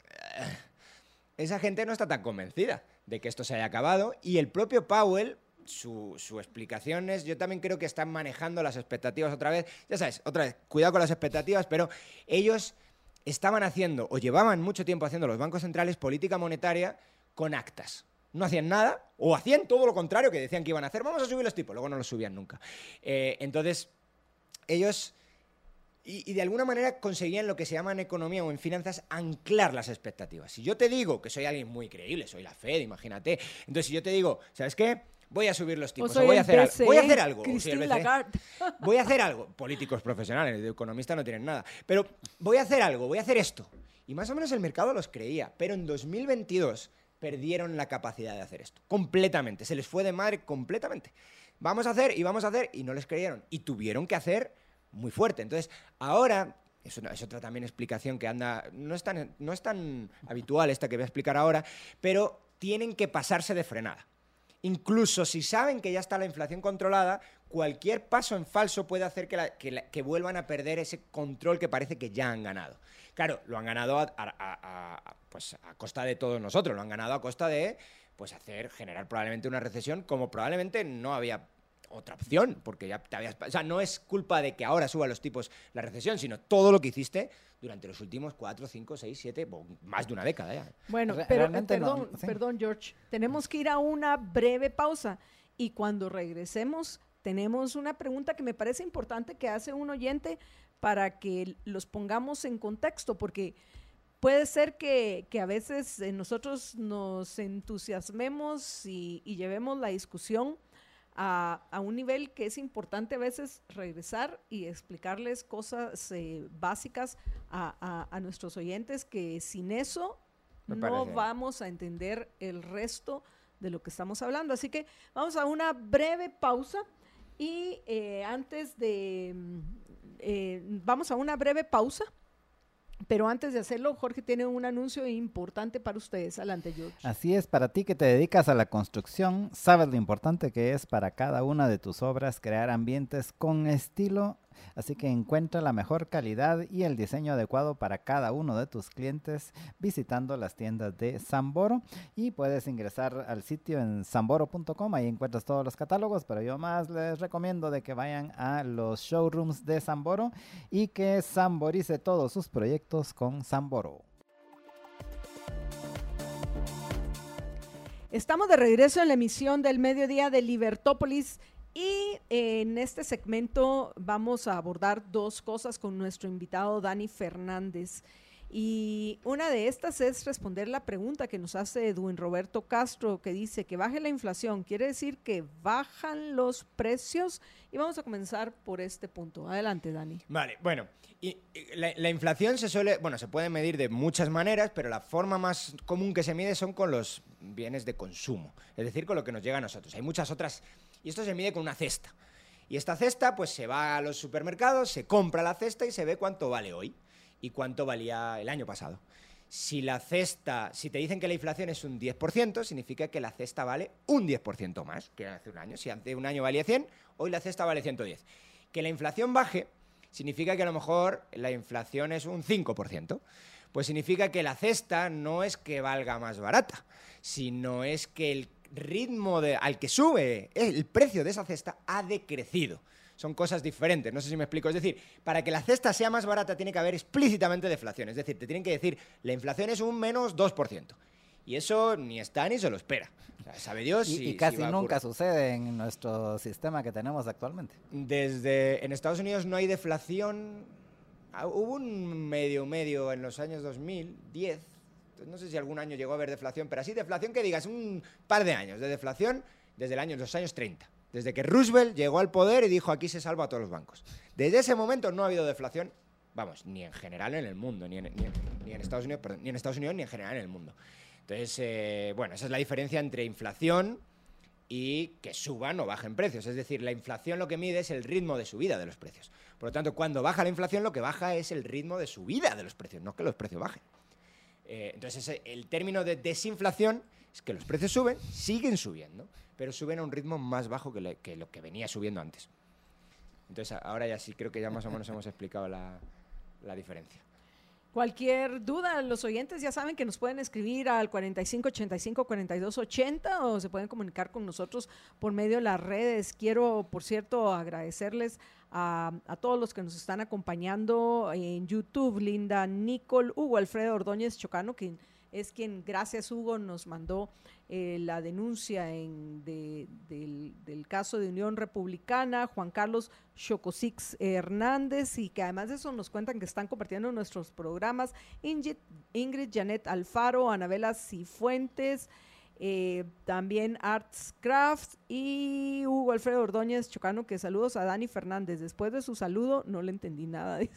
esa gente no está tan convencida de que esto se haya acabado y el propio Powell, su, su explicación es, yo también creo que están manejando las expectativas otra vez. Ya sabes, otra vez, cuidado con las expectativas, pero ellos estaban haciendo, o llevaban mucho tiempo haciendo los bancos centrales, política monetaria con actas. No hacían nada, o hacían todo lo contrario que decían que iban a hacer. Vamos a subir los tipos, luego no los subían nunca. Eh, entonces, ellos, y, y de alguna manera conseguían lo que se llama en economía o en finanzas, anclar las expectativas. Si yo te digo que soy alguien muy creíble, soy la Fed, imagínate. Entonces, si yo te digo, ¿sabes qué? Voy a subir los tipos, o, o voy, a hacer algo, voy a hacer algo. Christine Lagarde. Voy a hacer algo. Políticos profesionales, de economistas no tienen nada. Pero voy a hacer algo, voy a hacer esto. Y más o menos el mercado los creía. Pero en dos mil veintidós perdieron la capacidad de hacer esto. Completamente. Se les fue de madre completamente. Vamos a hacer y vamos a hacer y no les creyeron. Y tuvieron que hacer muy fuerte. Entonces, ahora, es, una, es otra también explicación que anda, no es, tan, no es tan habitual esta que voy a explicar ahora, pero tienen que pasarse de frenada. Incluso si saben que ya está la inflación controlada, cualquier paso en falso puede hacer que, la, que, la, que vuelvan a perder ese control que parece que ya han ganado. Claro, lo han ganado a, a, a, a, pues a costa de todos nosotros, lo han ganado a costa de pues hacer, generar probablemente una recesión como probablemente no había otra opción, porque ya te habías... O sea, no es culpa de que ahora suban los tipos la recesión, sino todo lo que hiciste durante los últimos cuatro, cinco, seis, siete, más de una década ya. Bueno, Re pero realmente perdón, no, sí. perdón, George, tenemos que ir a una breve pausa y cuando regresemos tenemos una pregunta que me parece importante que hace un oyente para que los pongamos en contexto, porque puede ser que, que a veces eh, nosotros nos entusiasmemos y, y llevemos la discusión A, a un nivel que es importante a veces regresar y explicarles cosas eh, básicas a, a, a nuestros oyentes, que sin eso Me no parece. vamos a entender el resto de lo que estamos hablando. Así que vamos a una breve pausa y eh, antes de... Eh, vamos a una breve pausa. Pero antes de hacerlo, Jorge tiene un anuncio importante para ustedes. Adelante, George. Así es, para ti que te dedicas a la construcción, sabes lo importante que es para cada una de tus obras crear ambientes con estilo, así que encuentra la mejor calidad y el diseño adecuado para cada uno de tus clientes visitando las tiendas de Samboro, y puedes ingresar al sitio en samboro punto com, ahí encuentras todos los catálogos, pero yo más les recomiendo de que vayan a los showrooms de Samboro y que samborice todos sus proyectos con Samboro. Estamos de regreso en la emisión del mediodía de Libertópolis y en este segmento vamos a abordar dos cosas con nuestro invitado Dani Fernández. Y una de estas es responder la pregunta que nos hace Edwin Roberto Castro, que dice que baje la inflación, ¿quiere decir que bajan los precios? Y vamos a comenzar por este punto. Adelante, Dani. Vale, bueno, y, y la, la inflación se suele, bueno, se puede medir de muchas maneras, pero la forma más común que se mide son con los bienes de consumo, es decir, con lo que nos llega a nosotros. Hay muchas otras, y esto se mide con una cesta. Y esta cesta, pues se va a los supermercados, se compra la cesta y se ve cuánto vale hoy y cuánto valía el año pasado. Si la cesta, si te dicen que la inflación es un diez por ciento, significa que la cesta vale un diez por ciento más que hace un año. Si hace un año valía cien, hoy la cesta vale ciento diez. Que la inflación baje significa que a lo mejor la inflación es un cinco por ciento. Pues significa que la cesta no es que valga más barata, sino es que el ritmo de, al que sube el precio de esa cesta ha decrecido. Son cosas diferentes, no sé si me explico. Es decir, para que la cesta sea más barata tiene que haber explícitamente deflación. Es decir, te tienen que decir, la inflación es un menos dos por ciento. Y eso ni está ni se lo espera. O sea, sabe Dios Y, si, y casi si va a nunca ocurrir. sucede en nuestro sistema que tenemos actualmente. Desde en Estados Unidos no hay deflación. Ah, hubo un medio medio en los años dos mil diez, Entonces, no sé si algún año llegó a haber deflación, pero así deflación que digas un par de años de deflación desde el año, los años treinta. Desde que Roosevelt llegó al poder y dijo aquí se salva a todos los bancos. Desde ese momento no ha habido deflación, vamos, ni en general en el mundo, ni en, ni en, ni en Estados Unidos, perdón, ni en Estados Unidos ni en general en el mundo. Entonces, eh, bueno, esa es la diferencia entre inflación y que suban o bajen precios. Es decir, la inflación lo que mide es el ritmo de subida de los precios. Por lo tanto, cuando baja la inflación, lo que baja es el ritmo de subida de los precios, no que los precios bajen. Eh, entonces, ese, el término de desinflación es que los precios suben, siguen subiendo, pero suben a un ritmo más bajo que, le, que lo que venía subiendo antes. Entonces, ahora ya sí creo que ya más o menos hemos explicado la, la diferencia. Cualquier duda, los oyentes ya saben que nos pueden escribir al cuarenta y cinco ochenta y cinco cuarenta y dos ochenta o se pueden comunicar con nosotros por medio de las redes. Quiero, por cierto, agradecerles a, a todos los que nos están acompañando en YouTube, Linda Nicole, Hugo Alfredo Ordóñez Chocano, quien es quien, gracias Hugo, nos mandó eh, la denuncia en, de, del, del caso de Unión Republicana, Juan Carlos Chocosix Hernández, y que además de eso nos cuentan que están compartiendo nuestros programas, Ingrid, Ingrid Janet Alfaro, Anabela Cifuentes, eh, también Arts Crafts y Hugo Alfredo Ordóñez Chocano, que saludos a Dani Fernández. Después de su saludo no le entendí nada, dice.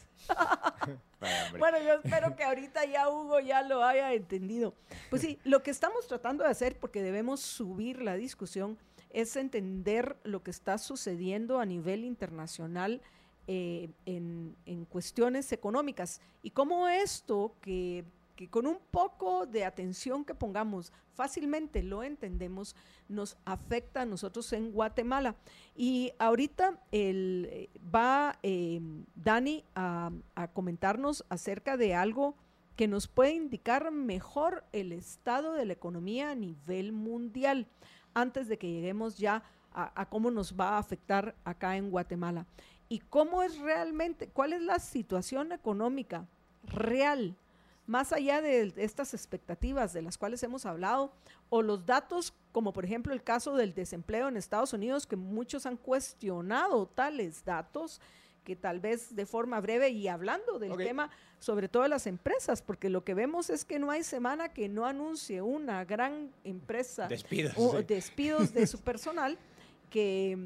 Bueno, yo espero que ahorita ya Hugo ya lo haya entendido. Pues sí, lo que estamos tratando de hacer, porque debemos subir la discusión, es entender lo que está sucediendo a nivel internacional eh, en, en cuestiones económicas y cómo esto que, que con un poco de atención que pongamos fácilmente lo entendemos, nos afecta a nosotros en Guatemala. Y ahorita el, va eh, Dani a, a comentarnos acerca de algo que nos puede indicar mejor el estado de la economía a nivel mundial, antes de que lleguemos ya a, a cómo nos va a afectar acá en Guatemala. Y cómo es realmente, cuál es la situación económica real, más allá de estas expectativas de las cuales hemos hablado, o los datos, como por ejemplo el caso del desempleo en Estados Unidos, que muchos han cuestionado tales datos, que tal vez de forma breve y hablando del okay. tema, sobre todo las empresas, porque lo que vemos es que no hay semana que no anuncie una gran empresa despidos, o sí. despidos de su personal, que...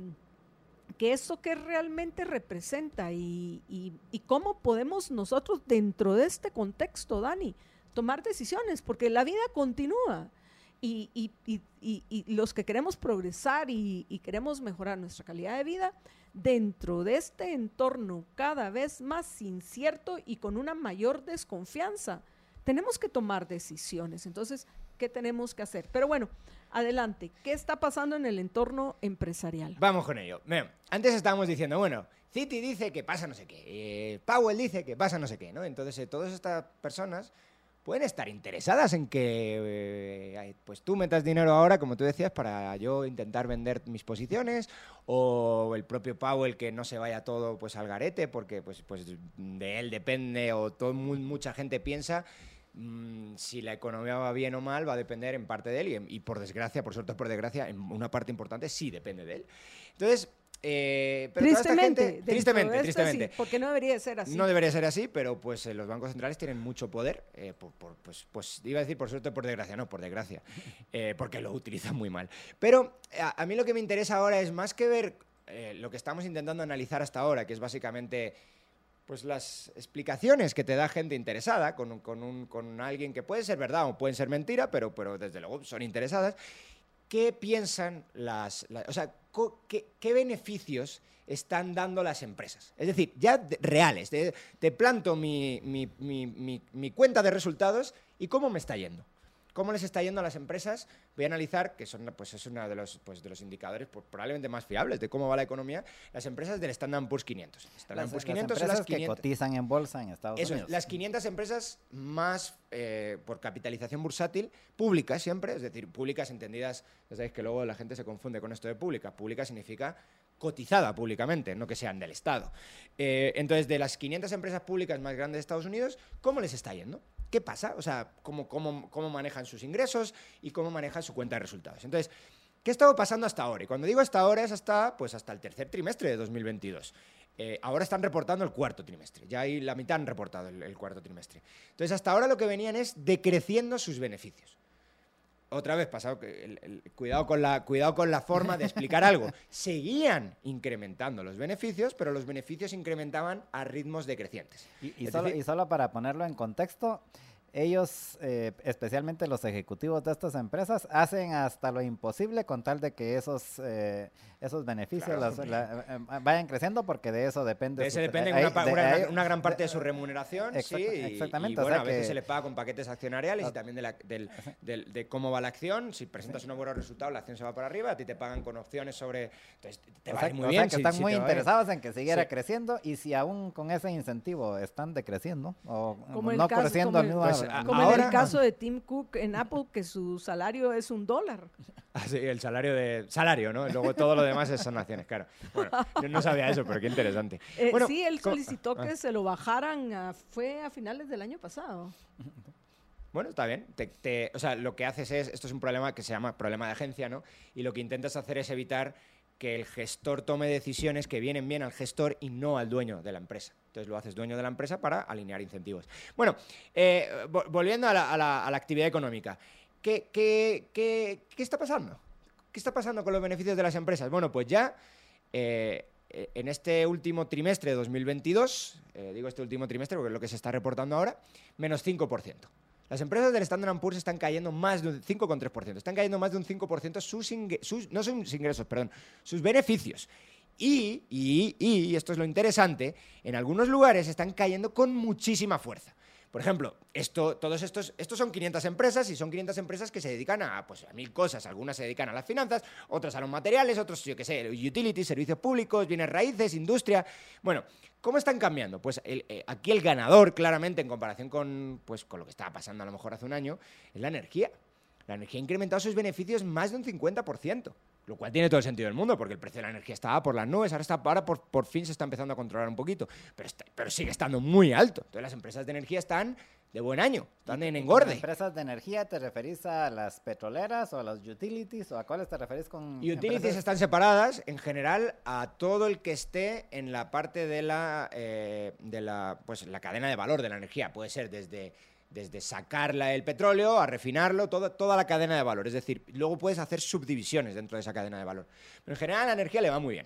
que eso que realmente representa y, y, y cómo podemos nosotros dentro de este contexto, Dani, tomar decisiones, porque la vida continúa y, y, y, y, y los que queremos progresar y, y queremos mejorar nuestra calidad de vida dentro de este entorno cada vez más incierto y con una mayor desconfianza, tenemos que tomar decisiones. Entonces, ¿qué tenemos que hacer? Pero bueno, adelante, ¿qué está pasando en el entorno empresarial? Vamos con ello. Bien, antes estábamos diciendo, bueno, Citi dice que pasa no sé qué, eh, Powell dice que pasa no sé qué, ¿no? Entonces, eh, todas estas personas pueden estar interesadas en que eh, pues tú metas dinero ahora, como tú decías, para yo intentar vender mis posiciones, o el propio Powell que no se vaya todo pues al garete, porque pues, pues de él depende, o todo, mucha gente piensa si la economía va bien o mal va a depender en parte de él y, y por desgracia, por suerte o por desgracia, en una parte importante sí depende de él. Entonces, eh, pero tristemente, toda esta gente, tristemente, de tristemente. Sí, porque no debería ser así. No debería ser así, pero pues eh, los bancos centrales tienen mucho poder, eh, por, por, pues, pues iba a decir por suerte o por desgracia, no, por desgracia, eh, porque lo utilizan muy mal. Pero a, a mí lo que me interesa ahora es más que ver eh, lo que estamos intentando analizar hasta ahora, que es básicamente pues las explicaciones que te da gente interesada, con, con, un, con alguien que puede ser verdad o pueden ser mentira, pero, pero desde luego son interesadas. ¿Qué piensan las... las o sea, ¿qué, qué beneficios están dando las empresas? Es decir, ya de, reales. Te, te planto mi, mi, mi, mi, mi cuenta de resultados y cómo me está yendo. ¿Cómo les está yendo a las empresas? Voy a analizar, que son, pues es uno de los, pues, de los indicadores pues, probablemente más fiables de cómo va la economía, las empresas del Standard and Poor's quinientos. Standard Las, Poor's las quinientos empresas son las quinientas, que cotizan en bolsa en Estados eso Unidos. Es, las quinientas empresas más, eh, por capitalización bursátil, públicas siempre, es decir, públicas entendidas, ya sabéis que luego la gente se confunde con esto de pública. Pública significa cotizada públicamente, no que sean del Estado. Eh, entonces, de las quinientas empresas públicas más grandes de Estados Unidos, ¿cómo les está yendo? ¿Qué pasa? O sea, ¿cómo, cómo, cómo manejan sus ingresos y cómo manejan su cuenta de resultados? Entonces, ¿qué ha estado pasando hasta ahora? Y cuando digo hasta ahora es hasta, pues hasta el tercer trimestre de dos mil veintidós. Eh, ahora están reportando el cuarto trimestre. Ya hay la mitad han reportado el, el cuarto trimestre. Entonces, hasta ahora lo que venían es decreciendo sus beneficios. Otra vez, pasado que el, el, cuidado, con la, cuidado con la forma de explicar algo. Seguían incrementando los beneficios, pero los beneficios incrementaban a ritmos decrecientes. Y, y, solo, decir, y solo para ponerlo en contexto, ellos, eh, especialmente los ejecutivos de estas empresas, hacen hasta lo imposible con tal de que esos, eh, esos beneficios claro, las, la, eh, vayan creciendo, porque de eso depende. De eso su, depende eh, una, de, una, de, una gran parte de, de su remuneración, exact, sí, exactamente. Y, y bueno, o sea a veces que, se les paga con paquetes accionariales uh, y también de, la, del, del, de cómo va la acción. Si presentas sí. unos buenos resultados, la acción se va para arriba, a ti te pagan con opciones sobre... Entonces, te va a ir muy o bien. Sea que si, están si muy interesados bien. en que siguiera sí. creciendo, y si aún con ese incentivo están decreciendo o como no caso, creciendo como, al el, mismo... pues, como ahora, en el caso de Tim Cook en Apple, que su salario es un dólar. Ah, sí, el salario de salario, ¿no? Luego todo lo demás son acciones, claro. Bueno, yo no sabía eso, pero qué interesante. Eh, bueno, sí, él solicitó ah, que ah. se lo bajaran, a, fue a finales del año pasado. Bueno, está bien. Te, te, o sea, lo que haces es, esto es un problema que se llama problema de agencia, ¿no? Y lo que intentas hacer es evitar que el gestor tome decisiones que vienen bien al gestor y no al dueño de la empresa. Entonces lo haces dueño de la empresa para alinear incentivos. Bueno, eh, volviendo a la, a, la, a la actividad económica, ¿qué, qué, qué, ¿qué está pasando? ¿Qué está pasando con los beneficios de las empresas? Bueno, pues ya eh, en este último trimestre de dos mil veintidós, eh, digo este último trimestre porque es lo que se está reportando ahora, menos cinco por ciento. Las empresas del Standard and Poor's están cayendo más de un cinco coma tres por ciento. Están cayendo más de un cinco por ciento sus, sus no sus ingresos, perdón, sus beneficios. Y, y, y, esto es lo interesante, en algunos lugares están cayendo con muchísima fuerza. Por ejemplo, esto, todos estos, estos son quinientas empresas y son quinientas empresas que se dedican a, pues, a mil cosas. Algunas se dedican a las finanzas, otras a los materiales, otros, yo qué sé, utilities, servicios públicos, bienes raíces, industria. Bueno, ¿cómo están cambiando? Pues el, eh, aquí el ganador, claramente, en comparación con, pues, con lo que estaba pasando a lo mejor hace un año, es la energía. La energía ha incrementado sus beneficios más de un cincuenta por ciento. Lo cual tiene todo el sentido del mundo, porque el precio de la energía estaba por las nubes, ahora, está, ahora por, por fin se está empezando a controlar un poquito, pero, está, pero sigue estando muy alto. Entonces las empresas de energía están de buen año, están en engorde. ¿Con empresas de energía te referís a las petroleras o a los utilities, o a cuáles te referís con utilities? Empresas? Están separadas, en general, a todo el que esté en la parte de la, eh, de la, pues, la cadena de valor de la energía. Puede ser desde... desde sacarla el petróleo a refinarlo, todo, toda la cadena de valor. Es decir, luego puedes hacer subdivisiones dentro de esa cadena de valor. Pero en general a la energía le va muy bien.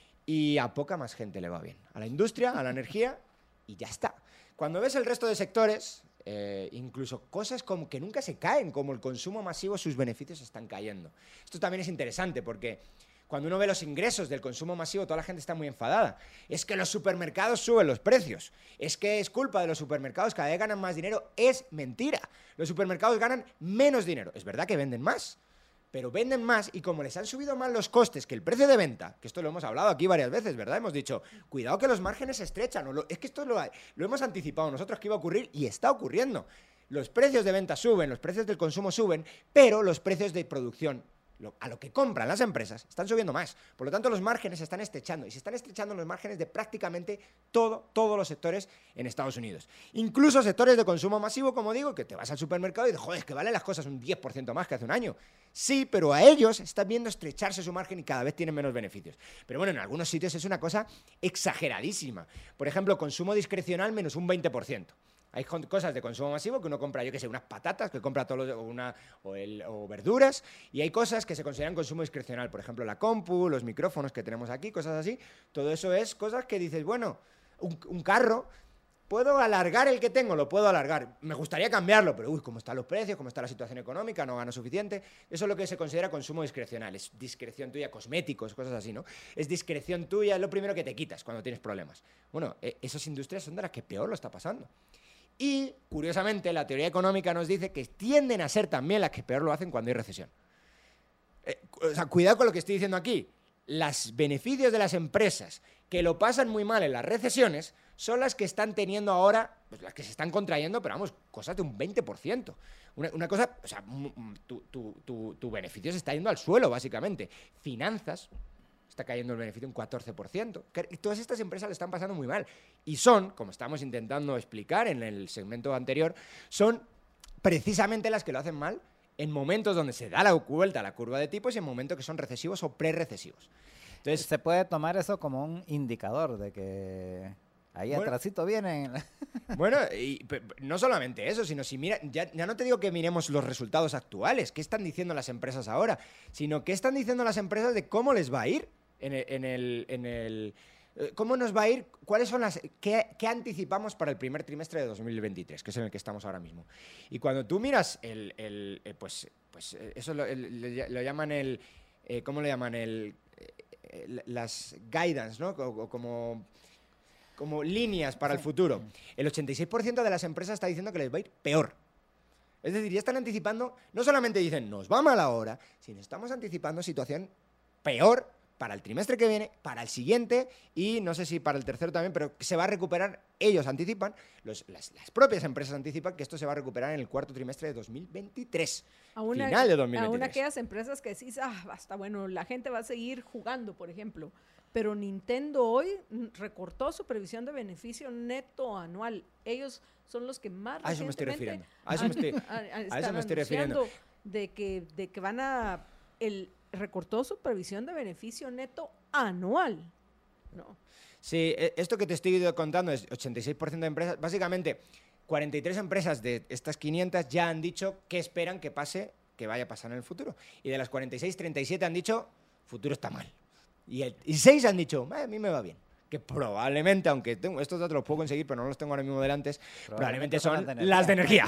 Y a poca más gente le va bien. A la industria, a la energía, y ya está. Cuando ves el resto de sectores, eh, incluso cosas como que nunca se caen, como el consumo masivo, sus beneficios están cayendo. Esto también es interesante porque... cuando uno ve los ingresos del consumo masivo, toda la gente está muy enfadada. Es que los supermercados suben los precios. Es que es culpa de los supermercados, cada vez ganan más dinero. Es mentira. Los supermercados ganan menos dinero. Es verdad que venden más, pero venden más y como les han subido más los costes que el precio de venta, que esto lo hemos hablado aquí varias veces, ¿verdad? Hemos dicho, cuidado que los márgenes se estrechan. O lo, es que esto lo, lo hemos anticipado nosotros que iba a ocurrir y está ocurriendo. Los precios de venta suben, los precios del consumo suben, pero los precios de producción Lo, a lo que compran las empresas, están subiendo más. Por lo tanto, los márgenes se están estrechando. Y se están estrechando los márgenes de prácticamente todo, todos los sectores en Estados Unidos. Incluso sectores de consumo masivo, como digo, que te vas al supermercado y dices, joder, es que valen las cosas un diez por ciento más que hace un año. Sí, pero a ellos están viendo estrecharse su margen y cada vez tienen menos beneficios. Pero bueno, en algunos sitios es una cosa exageradísima. Por ejemplo, consumo discrecional menos un veinte por ciento. Hay cosas de consumo masivo que uno compra, yo qué sé, unas patatas, que compra todos los, o, una, o, el, o verduras, y hay cosas que se consideran consumo discrecional, por ejemplo, la compu, los micrófonos que tenemos aquí, cosas así. Todo eso es cosas que dices, bueno, un, un carro, puedo alargar el que tengo, lo puedo alargar. Me gustaría cambiarlo, pero uy, cómo están los precios, cómo está la situación económica, no gano suficiente. Eso es lo que se considera consumo discrecional, es discreción tuya, cosméticos, cosas así, ¿no? Es discreción tuya, es lo primero que te quitas cuando tienes problemas. Bueno, eh, esas industrias son de las que peor lo está pasando. Y, curiosamente, la teoría económica nos dice que tienden a ser también las que peor lo hacen cuando hay recesión. Eh, o sea, cuidado con lo que estoy diciendo aquí. Los beneficios de las empresas que lo pasan muy mal en las recesiones son las que están teniendo ahora, pues las que se están contrayendo, pero vamos, cosas de un veinte por ciento. Una, una cosa, o sea, tu, tu, tu, tu beneficio se está yendo al suelo, básicamente. Finanzas... está cayendo el beneficio un catorce por ciento. Todas estas empresas le están pasando muy mal. Y son, como estamos intentando explicar en el segmento anterior, son precisamente las que lo hacen mal en momentos donde se da la vuelta a la curva de tipos y en momentos que son recesivos o pre-recesivos. Entonces, se puede tomar eso como un indicador de que ahí bueno, atrásito vienen. Bueno, y no solamente eso, sino si mira, ya, ya no te digo que miremos los resultados actuales, qué están diciendo las empresas ahora, sino qué están diciendo las empresas de cómo les va a ir en el... En el, en el ¿Cómo nos va a ir? ¿Cuáles son las qué, qué anticipamos para el primer trimestre de dos mil veintitrés, que es en el que estamos ahora mismo? Y cuando tú miras el, el, el pues, pues eso lo, el, lo llaman el, eh, ¿cómo le llaman? El, el, las guidance, ¿no? O, como, como líneas para el futuro. El ochenta y seis por ciento de las empresas está diciendo que les va a ir peor. Es decir, ya están anticipando, no solamente dicen nos va mal ahora, sino estamos anticipando situación peor para el trimestre que viene, para el siguiente y no sé si para el tercero también, pero se va a recuperar, ellos anticipan, los, las, las propias empresas anticipan que esto se va a recuperar en el cuarto trimestre de dos mil veintitrés, aún final de dos mil veintitrés. Aún aquellas empresas que decís, ah, basta, bueno, la gente va a seguir jugando, por ejemplo, pero Nintendo hoy recortó su previsión de beneficio neto anual. Ellos son los que más a eso me estoy refiriendo. A eso han, me estoy, a, a, a eso me estoy refiriendo. De que, de que van a... El, recortó su previsión de beneficio neto anual, ¿no? Sí, esto que te estoy contando es ochenta y seis por ciento de empresas. Básicamente, cuarenta y tres empresas de estas quinientas ya han dicho que esperan que pase, que vaya a pasar en el futuro. Y de las cuarenta y seis, treinta y siete han dicho, futuro está mal. Y, el, y seis han dicho, a mí me va bien. Que probablemente, aunque tengo, estos datos los puedo conseguir, pero no los tengo ahora mismo delante, probablemente, probablemente son las de las de energía.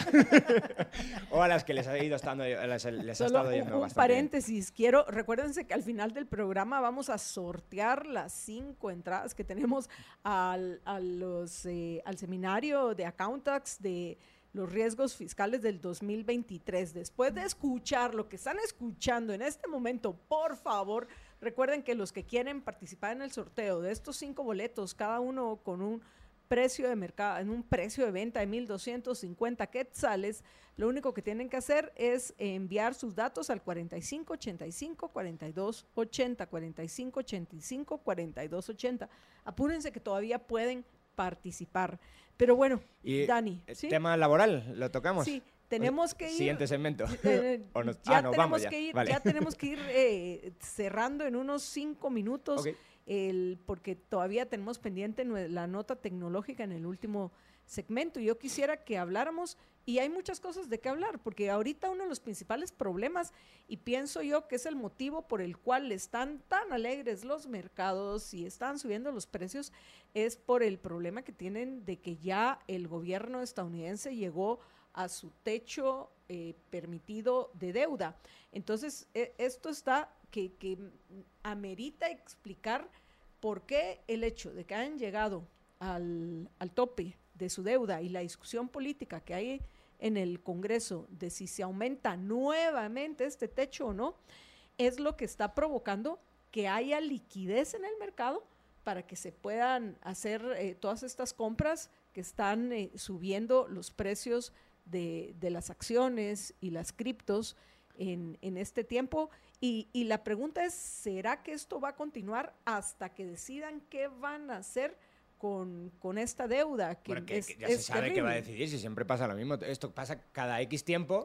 O a las que les ha ido estando, les, les ha estado yendo un, bastante. Un paréntesis, bien. quiero, recuérdense que al final del programa vamos a sortear las cinco entradas que tenemos al, a los, eh, al seminario de Accountax de los riesgos fiscales del dos mil veintitrés. Después de escuchar lo que están escuchando en este momento, por favor, recuerden que los que quieren participar en el sorteo de estos cinco boletos, cada uno con un precio de mercado, en un precio de venta de mil doscientos cincuenta quetzales, lo único que tienen que hacer es enviar sus datos al cuarenta y cinco ochenta y cinco cuarenta y dos ochenta, cuarenta y cinco ochenta y cinco cuarenta y dos ochenta. Apúrense que todavía pueden participar. Pero bueno, y Dani, el ¿sí? tema laboral, ¿lo tocamos? Sí, tenemos que ir... Siguiente segmento. Eh, ¿O no? ya, ah, no, tenemos vamos ya. Que ir, vale. ya tenemos que ir eh, cerrando en unos cinco minutos, okay. el, porque todavía tenemos pendiente la nota tecnológica en el último segmento. Yo quisiera que habláramos, y hay muchas cosas de qué hablar, porque ahorita uno de los principales problemas, y pienso yo que es el motivo por el cual están tan alegres los mercados y están subiendo los precios, es por el problema que tienen de que ya el gobierno estadounidense llegó a su techo eh, permitido de deuda. Entonces, eh, esto está que, que amerita explicar por qué el hecho de que hayan llegado al, al tope de su deuda y la discusión política que hay en el Congreso de si se aumenta nuevamente este techo o no, es lo que está provocando que haya liquidez en el mercado para que se puedan hacer eh, todas estas compras que están eh, subiendo los precios de, de las acciones y las criptos en, en este tiempo. Y, y la pregunta es, ¿será que esto va a continuar hasta que decidan qué van a hacer con, con esta deuda? Que, bueno, que, es, que ya es se sabe terrible. que va a decidir, si siempre pasa lo mismo. Esto pasa cada X tiempo.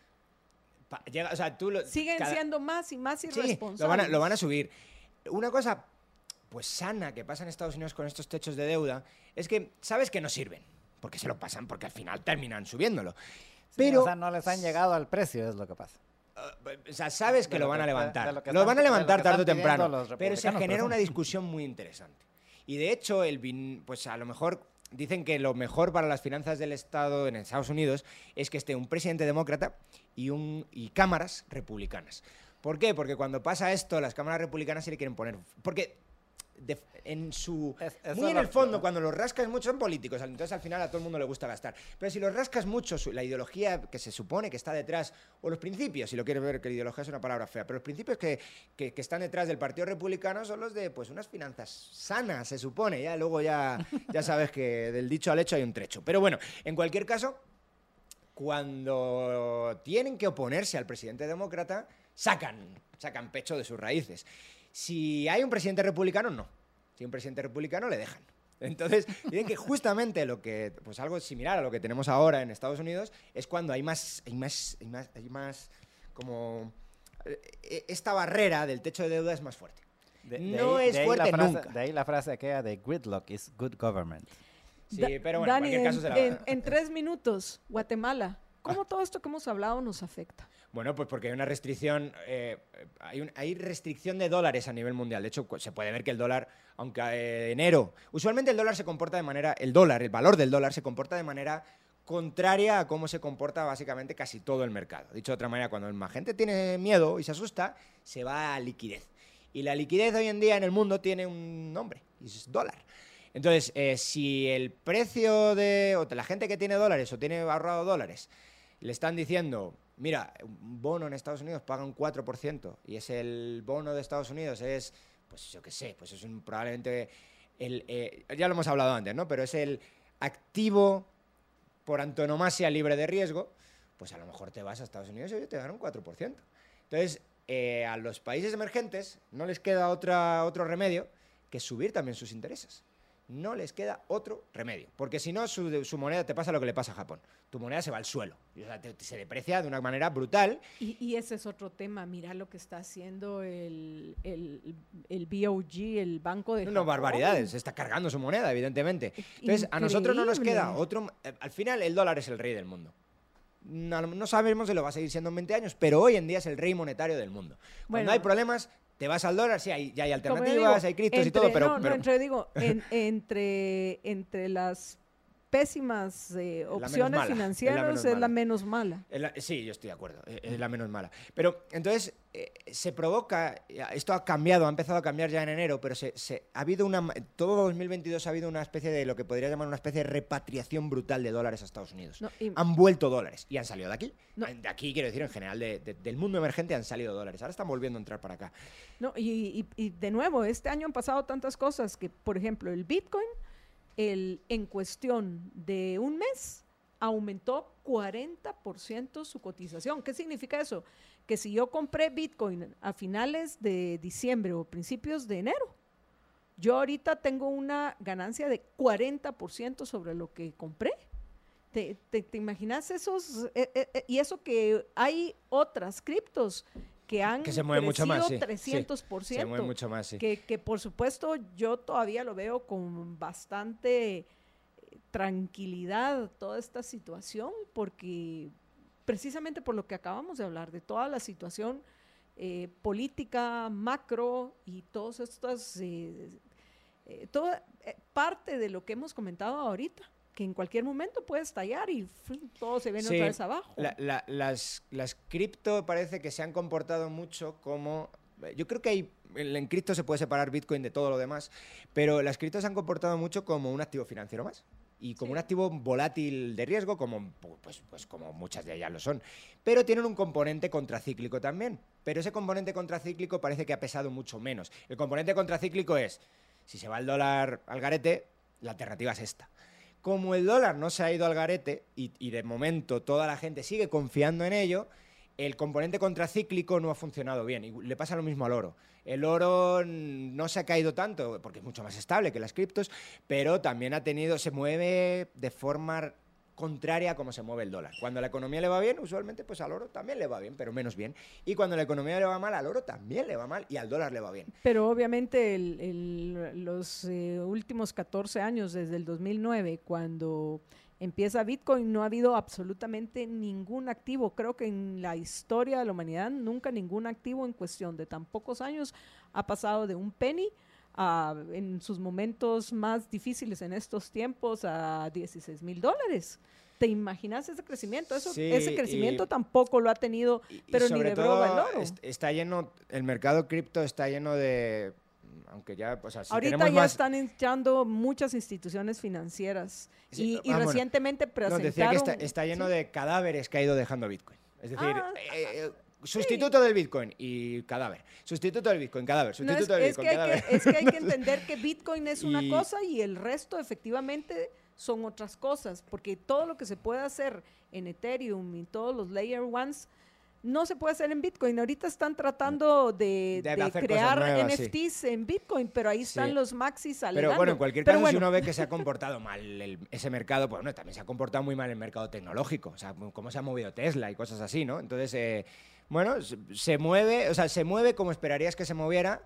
Pa, llega, o sea, tú lo, Siguen cada, siendo más y más irresponsables. Sí, lo van a, lo van a subir. Una cosa pues sana que pasa en Estados Unidos con estos techos de deuda es que sabes que no sirven, porque se lo pasan, porque al final terminan subiéndolo. Sí, pero, o sea, no les han llegado al precio, es lo que pasa. Uh, o sea, sabes que de lo, lo van que, a levantar. lo, lo van a levantar tarde o pidiendo temprano, pero se genera pero una discusión muy interesante. Y de hecho, el bin, pues a lo mejor dicen que lo mejor para las finanzas del Estado en Estados Unidos es que esté un presidente demócrata y, un, y cámaras republicanas. ¿Por qué? Porque cuando pasa esto, las cámaras republicanas se le quieren poner... Porque de, en su... Es, muy en el fondo, cuando los rascas mucho, son políticos, entonces al final a todo el mundo le gusta gastar. Pero si los rascas mucho, su, la ideología que se supone que está detrás, o los principios, si lo quieres ver, que la ideología es una palabra fea, pero los principios que, que, que están detrás del Partido Republicano son los de pues unas finanzas sanas, se supone. Ya luego ya, ya sabes que del dicho al hecho hay un trecho. Pero bueno, en cualquier caso, cuando tienen que oponerse al presidente demócrata, sacan, sacan pecho de sus raíces. Si hay un presidente republicano, no. Si hay un presidente republicano, le dejan. Entonces, dicen que justamente lo que, pues algo similar a lo que tenemos ahora en Estados Unidos, es cuando hay más, hay más, hay más, hay más como esta barrera del techo de deuda es más fuerte. De, de no ahí, es de ahí fuerte la frase, nunca. De ahí la frase aquella de gridlock is good government. Sí, Da- pero bueno, Dani, en cualquier caso en, se la... en- en tres minutos, Guatemala, ¿cómo todo esto que hemos hablado nos afecta? Bueno, pues porque hay una restricción, eh, hay, un- hay restricción de dólares a nivel mundial. De hecho, cu- se puede ver que el dólar, aunque eh, enero, usualmente el dólar se comporta de manera, el dólar, el valor del dólar se comporta de manera contraria a cómo se comporta básicamente casi todo el mercado. Dicho de otra manera, cuando la gente tiene miedo y se asusta, se va a liquidez. Y la liquidez hoy en día en el mundo tiene un nombre, y es dólar. Entonces, eh, si el precio de o la gente que tiene dólares o tiene ahorrado dólares le están diciendo, mira, un bono en Estados Unidos paga un cuatro por ciento y es el bono de Estados Unidos es, pues yo qué sé, pues es un, probablemente, el, eh, ya lo hemos hablado antes, ¿no? Pero es el activo por antonomasia libre de riesgo, pues a lo mejor te vas a Estados Unidos y te dan un cuatro por ciento. Entonces, eh, a los países emergentes no les queda otra, otro remedio que subir también sus intereses. No les queda otro remedio, porque si no, su, su moneda te pasa lo que le pasa a Japón. Tu moneda se va al suelo, y, o sea, te- te- se deprecia de una manera brutal. Y, y ese es otro tema, mira lo que está haciendo el, el, el B O G, el Banco de No, Japón. no, barbaridades, se está cargando su moneda, evidentemente. Entonces, a nosotros no nos Increíble. queda otro... eh, Al final, el dólar es el rey del mundo. No, no sabemos si lo va a seguir siendo en veinte años, pero hoy en día es el rey monetario del mundo. Cuando Bueno. hay problemas, te vas al dólar, sí, hay, ya hay Como yo alternativas, digo, hay criptos y entre- todo, pero... No, no, pero- entre, digo, en- entre, entre las pésimas eh, menos opciones mala, es la financieras menos es la mala. menos mala. Es la- sí, yo estoy de acuerdo, eh, es la menos mala. Pero entonces eh, se provoca, eh, esto ha cambiado, ha empezado a cambiar ya en enero, pero se, se- ha habido una, todo dos mil veintidós ha habido una especie de lo que podría llamar una especie de repatriación brutal de dólares a Estados Unidos. No, y- Han vuelto dólares y han salido de aquí. No. De aquí, quiero decir, en general, de- de- del mundo emergente han salido dólares. Ahora están volviendo a entrar para acá. No, y, y- y de nuevo, este año han pasado tantas cosas que, por ejemplo, el Bitcoin, el, en cuestión de un mes, aumentó cuarenta por ciento su cotización. ¿Qué significa eso? Que si yo compré Bitcoin a finales de diciembre o principios de enero, yo ahorita tengo una ganancia de cuarenta por ciento sobre lo que compré. ¿Te, te, te imaginas esos? eh, eh, eh, y eso que hay otras criptos que han Que se mueven mucho más, crecido sí, trescientos por ciento. Se mueve mucho más, sí. Que, que por supuesto yo todavía lo veo con bastante eh, tranquilidad toda esta situación, porque precisamente por lo que acabamos de hablar, de toda la situación eh, política, macro y todas estas, eh, eh, toda eh, parte de lo que hemos comentado ahorita, que en cualquier momento puede estallar y ¡fum!, todo se viene Sí, otra vez abajo. la- la- las, las cripto parece que se han comportado mucho como... Yo creo que hay, en en cripto se puede separar Bitcoin de todo lo demás, pero las criptos se han comportado mucho como un activo financiero más. Y como Sí. un activo volátil de riesgo, como, pues, pues como muchas de ellas lo son. Pero tienen un componente contracíclico también. Pero ese componente contracíclico parece que ha pesado mucho menos. El componente contracíclico es, si se va el dólar al garete, la alternativa es esta. Como el dólar no se ha ido al garete y, y de momento toda la gente sigue confiando en ello, el componente contracíclico no ha funcionado bien. Y le pasa lo mismo al oro. El oro no se ha caído tanto porque es mucho más estable que las criptos, pero también ha tenido, se mueve de forma contraria a cómo se mueve el dólar. Cuando la economía le va bien, usualmente pues al oro también le va bien, pero menos bien. Y cuando la economía le va mal, al oro también le va mal y al dólar le va bien. Pero obviamente el- el- los eh, últimos catorce años, desde el dos mil nueve, cuando empieza Bitcoin, no ha habido absolutamente ningún activo. Creo que en la historia de la humanidad nunca ningún activo en cuestión de tan pocos años ha pasado de un penny a, en sus momentos más difíciles en estos tiempos, a dieciséis mil dólares. ¿Te imaginas ese crecimiento? Eso, Sí, ese crecimiento y- tampoco lo ha tenido, Y- y pero ni sobre de todo, broma el oro. est- está lleno, el mercado cripto está lleno de, aunque ya, o sea, si Ahorita tenemos ya más- están entrando muchas instituciones financieras Sí, y, y ah, bueno. recientemente No, presentaron... decía que está, está lleno ¿sí? de cadáveres que ha ido dejando Bitcoin. Es decir, Ah, eh, eh, sustituto del Bitcoin y cadáver. Sustituto del Bitcoin, cadáver. No, es, Sustituto del es Bitcoin, que hay cadáver. que, es que hay que entender que Bitcoin es una Y- cosa y el resto efectivamente son otras cosas, porque todo lo que se puede hacer en Ethereum y todos los Layer Ones no se puede hacer en Bitcoin. Ahorita están tratando de, De de hacer crear cosas nuevas, N F Ts en Bitcoin, pero ahí están Sí. los maxis Pero alegando. bueno, en cualquier Pero caso, si bueno, uno ve que se ha comportado mal el- ese mercado, pues bueno, también se ha comportado muy mal el mercado tecnológico. O sea, cómo se ha movido Tesla y cosas así, ¿no? Entonces, eh, bueno, se, se mueve, o sea, se mueve como esperarías que se moviera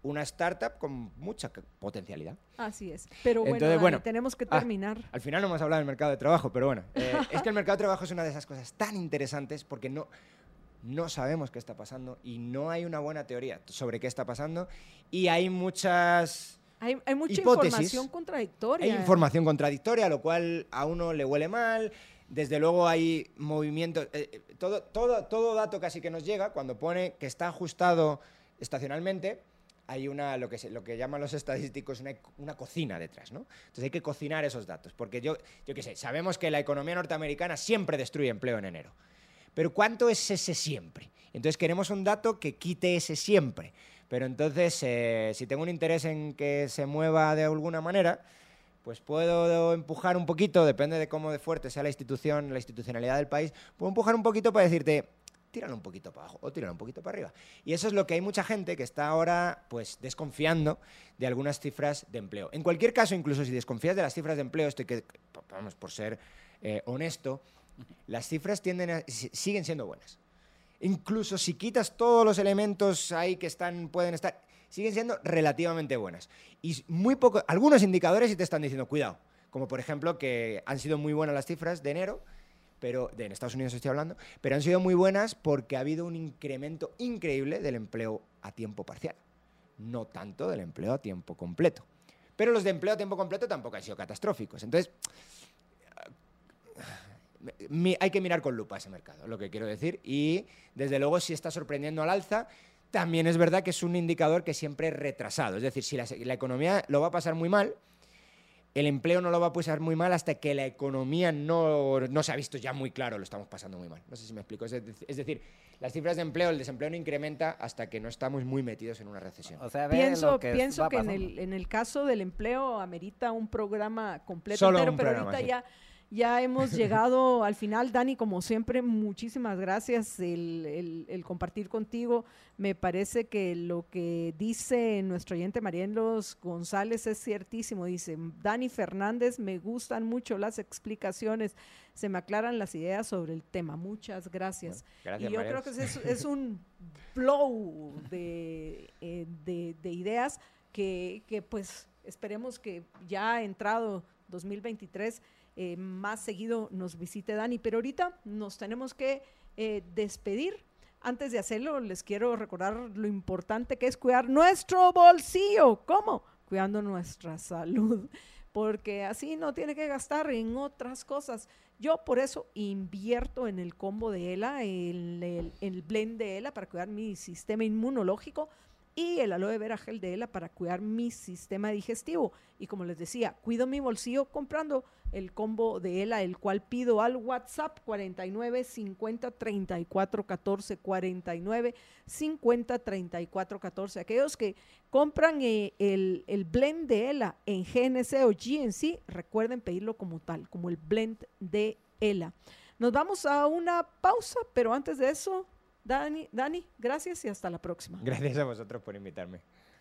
una startup con mucha potencialidad. Así es. Pero bueno, Entonces, Dani, bueno tenemos que ah, terminar. Al final no hemos hablado del mercado de trabajo, pero bueno, eh, es que el mercado de trabajo es una de esas cosas tan interesantes porque no, no sabemos qué está pasando y no hay una buena teoría sobre qué está pasando y hay muchas... Hay, hay mucha hipótesis, información contradictoria. Hay información contradictoria, lo cual a uno le huele mal. Desde luego hay movimientos... Eh, todo, todo, todo dato casi que nos llega, cuando pone que está ajustado estacionalmente, hay una, lo que, se, lo que llaman los estadísticos, una, una cocina detrás, ¿no? Entonces hay que cocinar esos datos, porque yo, yo qué sé, sabemos que la economía norteamericana siempre destruye empleo en enero. Pero ¿cuánto es ese siempre? Entonces queremos un dato que quite ese siempre. Pero entonces, eh, si tengo un interés en que se mueva de alguna manera, pues puedo empujar un poquito, depende de cómo de fuerte sea la institución, la institucionalidad del país, puedo empujar un poquito para decirte, tíralo un poquito para abajo o tíralo un poquito para arriba. Y eso es lo que hay mucha gente que está ahora pues desconfiando de algunas cifras de empleo. En cualquier caso, incluso si desconfías de las cifras de empleo, estoy que, vamos, por ser eh, honesto, las cifras tienden a, siguen siendo buenas. Incluso si quitas todos los elementos ahí que están, pueden estar, siguen siendo relativamente buenas. Y muy poco, algunos indicadores sí te están diciendo, cuidado, como por ejemplo que han sido muy buenas las cifras de enero, pero de en Estados Unidos estoy hablando, pero han sido muy buenas porque ha habido un incremento increíble del empleo a tiempo parcial, no tanto del empleo a tiempo completo. Pero los de empleo a tiempo completo tampoco han sido catastróficos. Entonces, mi, hay que mirar con lupa ese mercado, lo que quiero decir, y desde luego si está sorprendiendo al alza, también es verdad que es un indicador que siempre es retrasado. Es decir, si la, la economía lo va a pasar muy mal, el empleo no lo va a pasar muy mal hasta que la economía no, no se ha visto ya muy claro, lo estamos pasando muy mal. No sé si me explico. Es, es decir, las cifras de empleo, el desempleo no incrementa hasta que no estamos muy metidos en una recesión. O sea, pienso lo que, pienso que en el, en el caso del empleo amerita un programa completo Solo entero, un pero programa, ahorita sí. ya... Ya hemos llegado al final, Dani, como siempre, muchísimas gracias el, el, el compartir contigo. Me parece que lo que dice nuestro oyente Marielos González es ciertísimo. Dice, Dani Fernández, me gustan mucho las explicaciones, se me aclaran las ideas sobre el tema. Muchas gracias. Bueno, gracias, y yo Marielos. creo que es, es un flow de, eh, de, de ideas que, que pues esperemos que ya entrado dos mil veintitrés Eh, más seguido nos visite Dani, pero ahorita nos tenemos que eh, despedir. Antes de hacerlo, les quiero recordar lo importante que es cuidar nuestro bolsillo. ¿Cómo? Cuidando nuestra salud, porque así no tiene que gastar en otras cosas. Yo por eso invierto en el combo de ELA, el, el, el blend de ELA para cuidar mi sistema inmunológico y el aloe vera gel de ELA para cuidar mi sistema digestivo. Y como les decía, cuido mi bolsillo comprando el combo de ELA, el cual pido al WhatsApp cuarenta y nueve, cincuenta, treinta y cuatro, catorce, cuarenta y nueve, cincuenta, treinta y cuatro, catorce. Aquellos que compran eh, el, el blend de ELA en G N C o G N C, recuerden pedirlo como tal, como el blend de ELA. Nos vamos a una pausa, pero antes de eso, Dani, Dani, gracias y hasta la próxima. Gracias a vosotros por invitarme.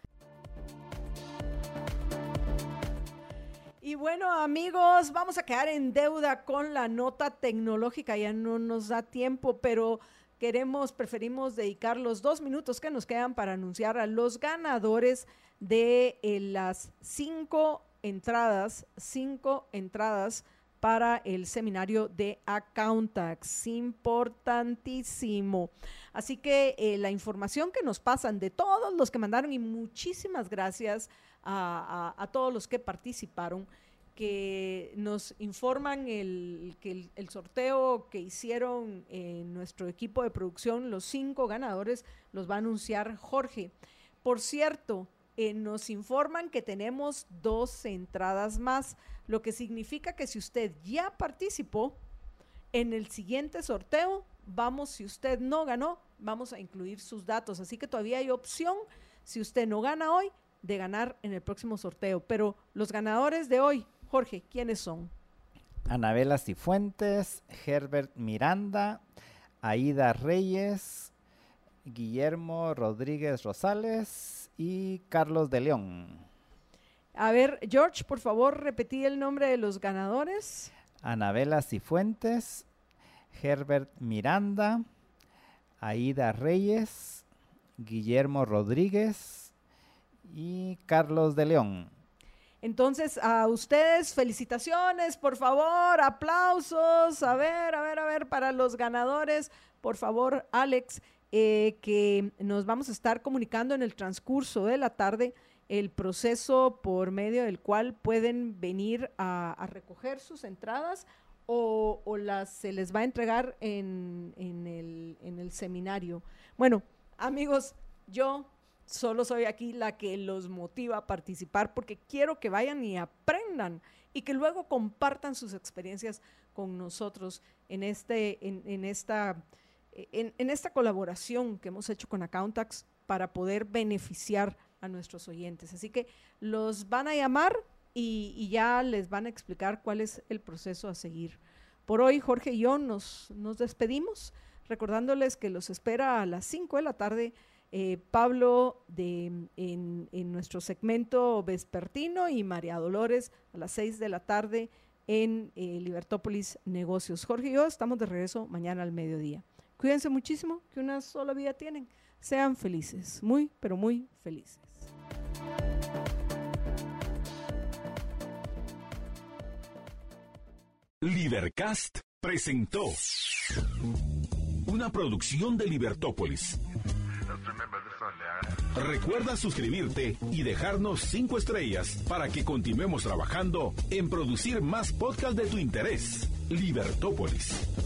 Y bueno, amigos, vamos a quedar en deuda con la nota tecnológica, ya no nos da tiempo, pero queremos, preferimos dedicar los dos minutos que nos quedan para anunciar a los ganadores de eh, las cinco entradas, cinco entradas para el seminario de Accountax, importantísimo. Así que eh, la información que nos pasan de todos los que mandaron, y muchísimas gracias a, a, a todos los que participaron, que nos informan el, que el, el sorteo que hicieron en nuestro equipo de producción, los cinco ganadores los va a anunciar Jorge. Por cierto, Eh, nos informan que tenemos dos entradas más, lo que significa que si usted ya participó en el siguiente sorteo, vamos, si usted no ganó, vamos a incluir sus datos, así que todavía hay opción, si usted no gana hoy, de ganar en el próximo sorteo. Pero los ganadores de hoy, Jorge, ¿quiénes son? Anabela Cifuentes, Herbert Miranda, Aida Reyes, Guillermo Rodríguez Rosales y Carlos de León. A ver, George, por favor, repetí el nombre de los ganadores. Anabela Cifuentes, Herbert Miranda, Aida Reyes, Guillermo Rodríguez y Carlos de León. Entonces, a ustedes, felicitaciones, por favor, aplausos, a ver, a ver, a ver, para los ganadores, por favor, Alex, eh, que nos vamos a estar comunicando en el transcurso de la tarde el proceso por medio del cual pueden venir a, a recoger sus entradas o, o las se les va a entregar en, en, el, en el seminario. Bueno, amigos, yo solo soy aquí la que los motiva a participar porque quiero que vayan y aprendan y que luego compartan sus experiencias con nosotros en, este, en, en, esta, en, en esta colaboración que hemos hecho con Accountax para poder beneficiar a nuestros oyentes. Así que los van a llamar y, y ya les van a explicar cuál es el proceso a seguir. Por hoy, Jorge y yo nos, nos despedimos, recordándoles que los espera a las cinco de la tarde Eh, Pablo de, en, en nuestro segmento vespertino y María Dolores a las seis de la tarde en eh, Libertópolis Negocios. Jorge y yo estamos de regreso mañana al mediodía. Cuídense muchísimo, que una sola vida tienen. Sean felices, muy, pero muy felices. Libercast presentó una producción de Libertópolis. Recuerda suscribirte y dejarnos cinco estrellas para que continuemos trabajando en producir más podcasts de tu interés. Libertópolis.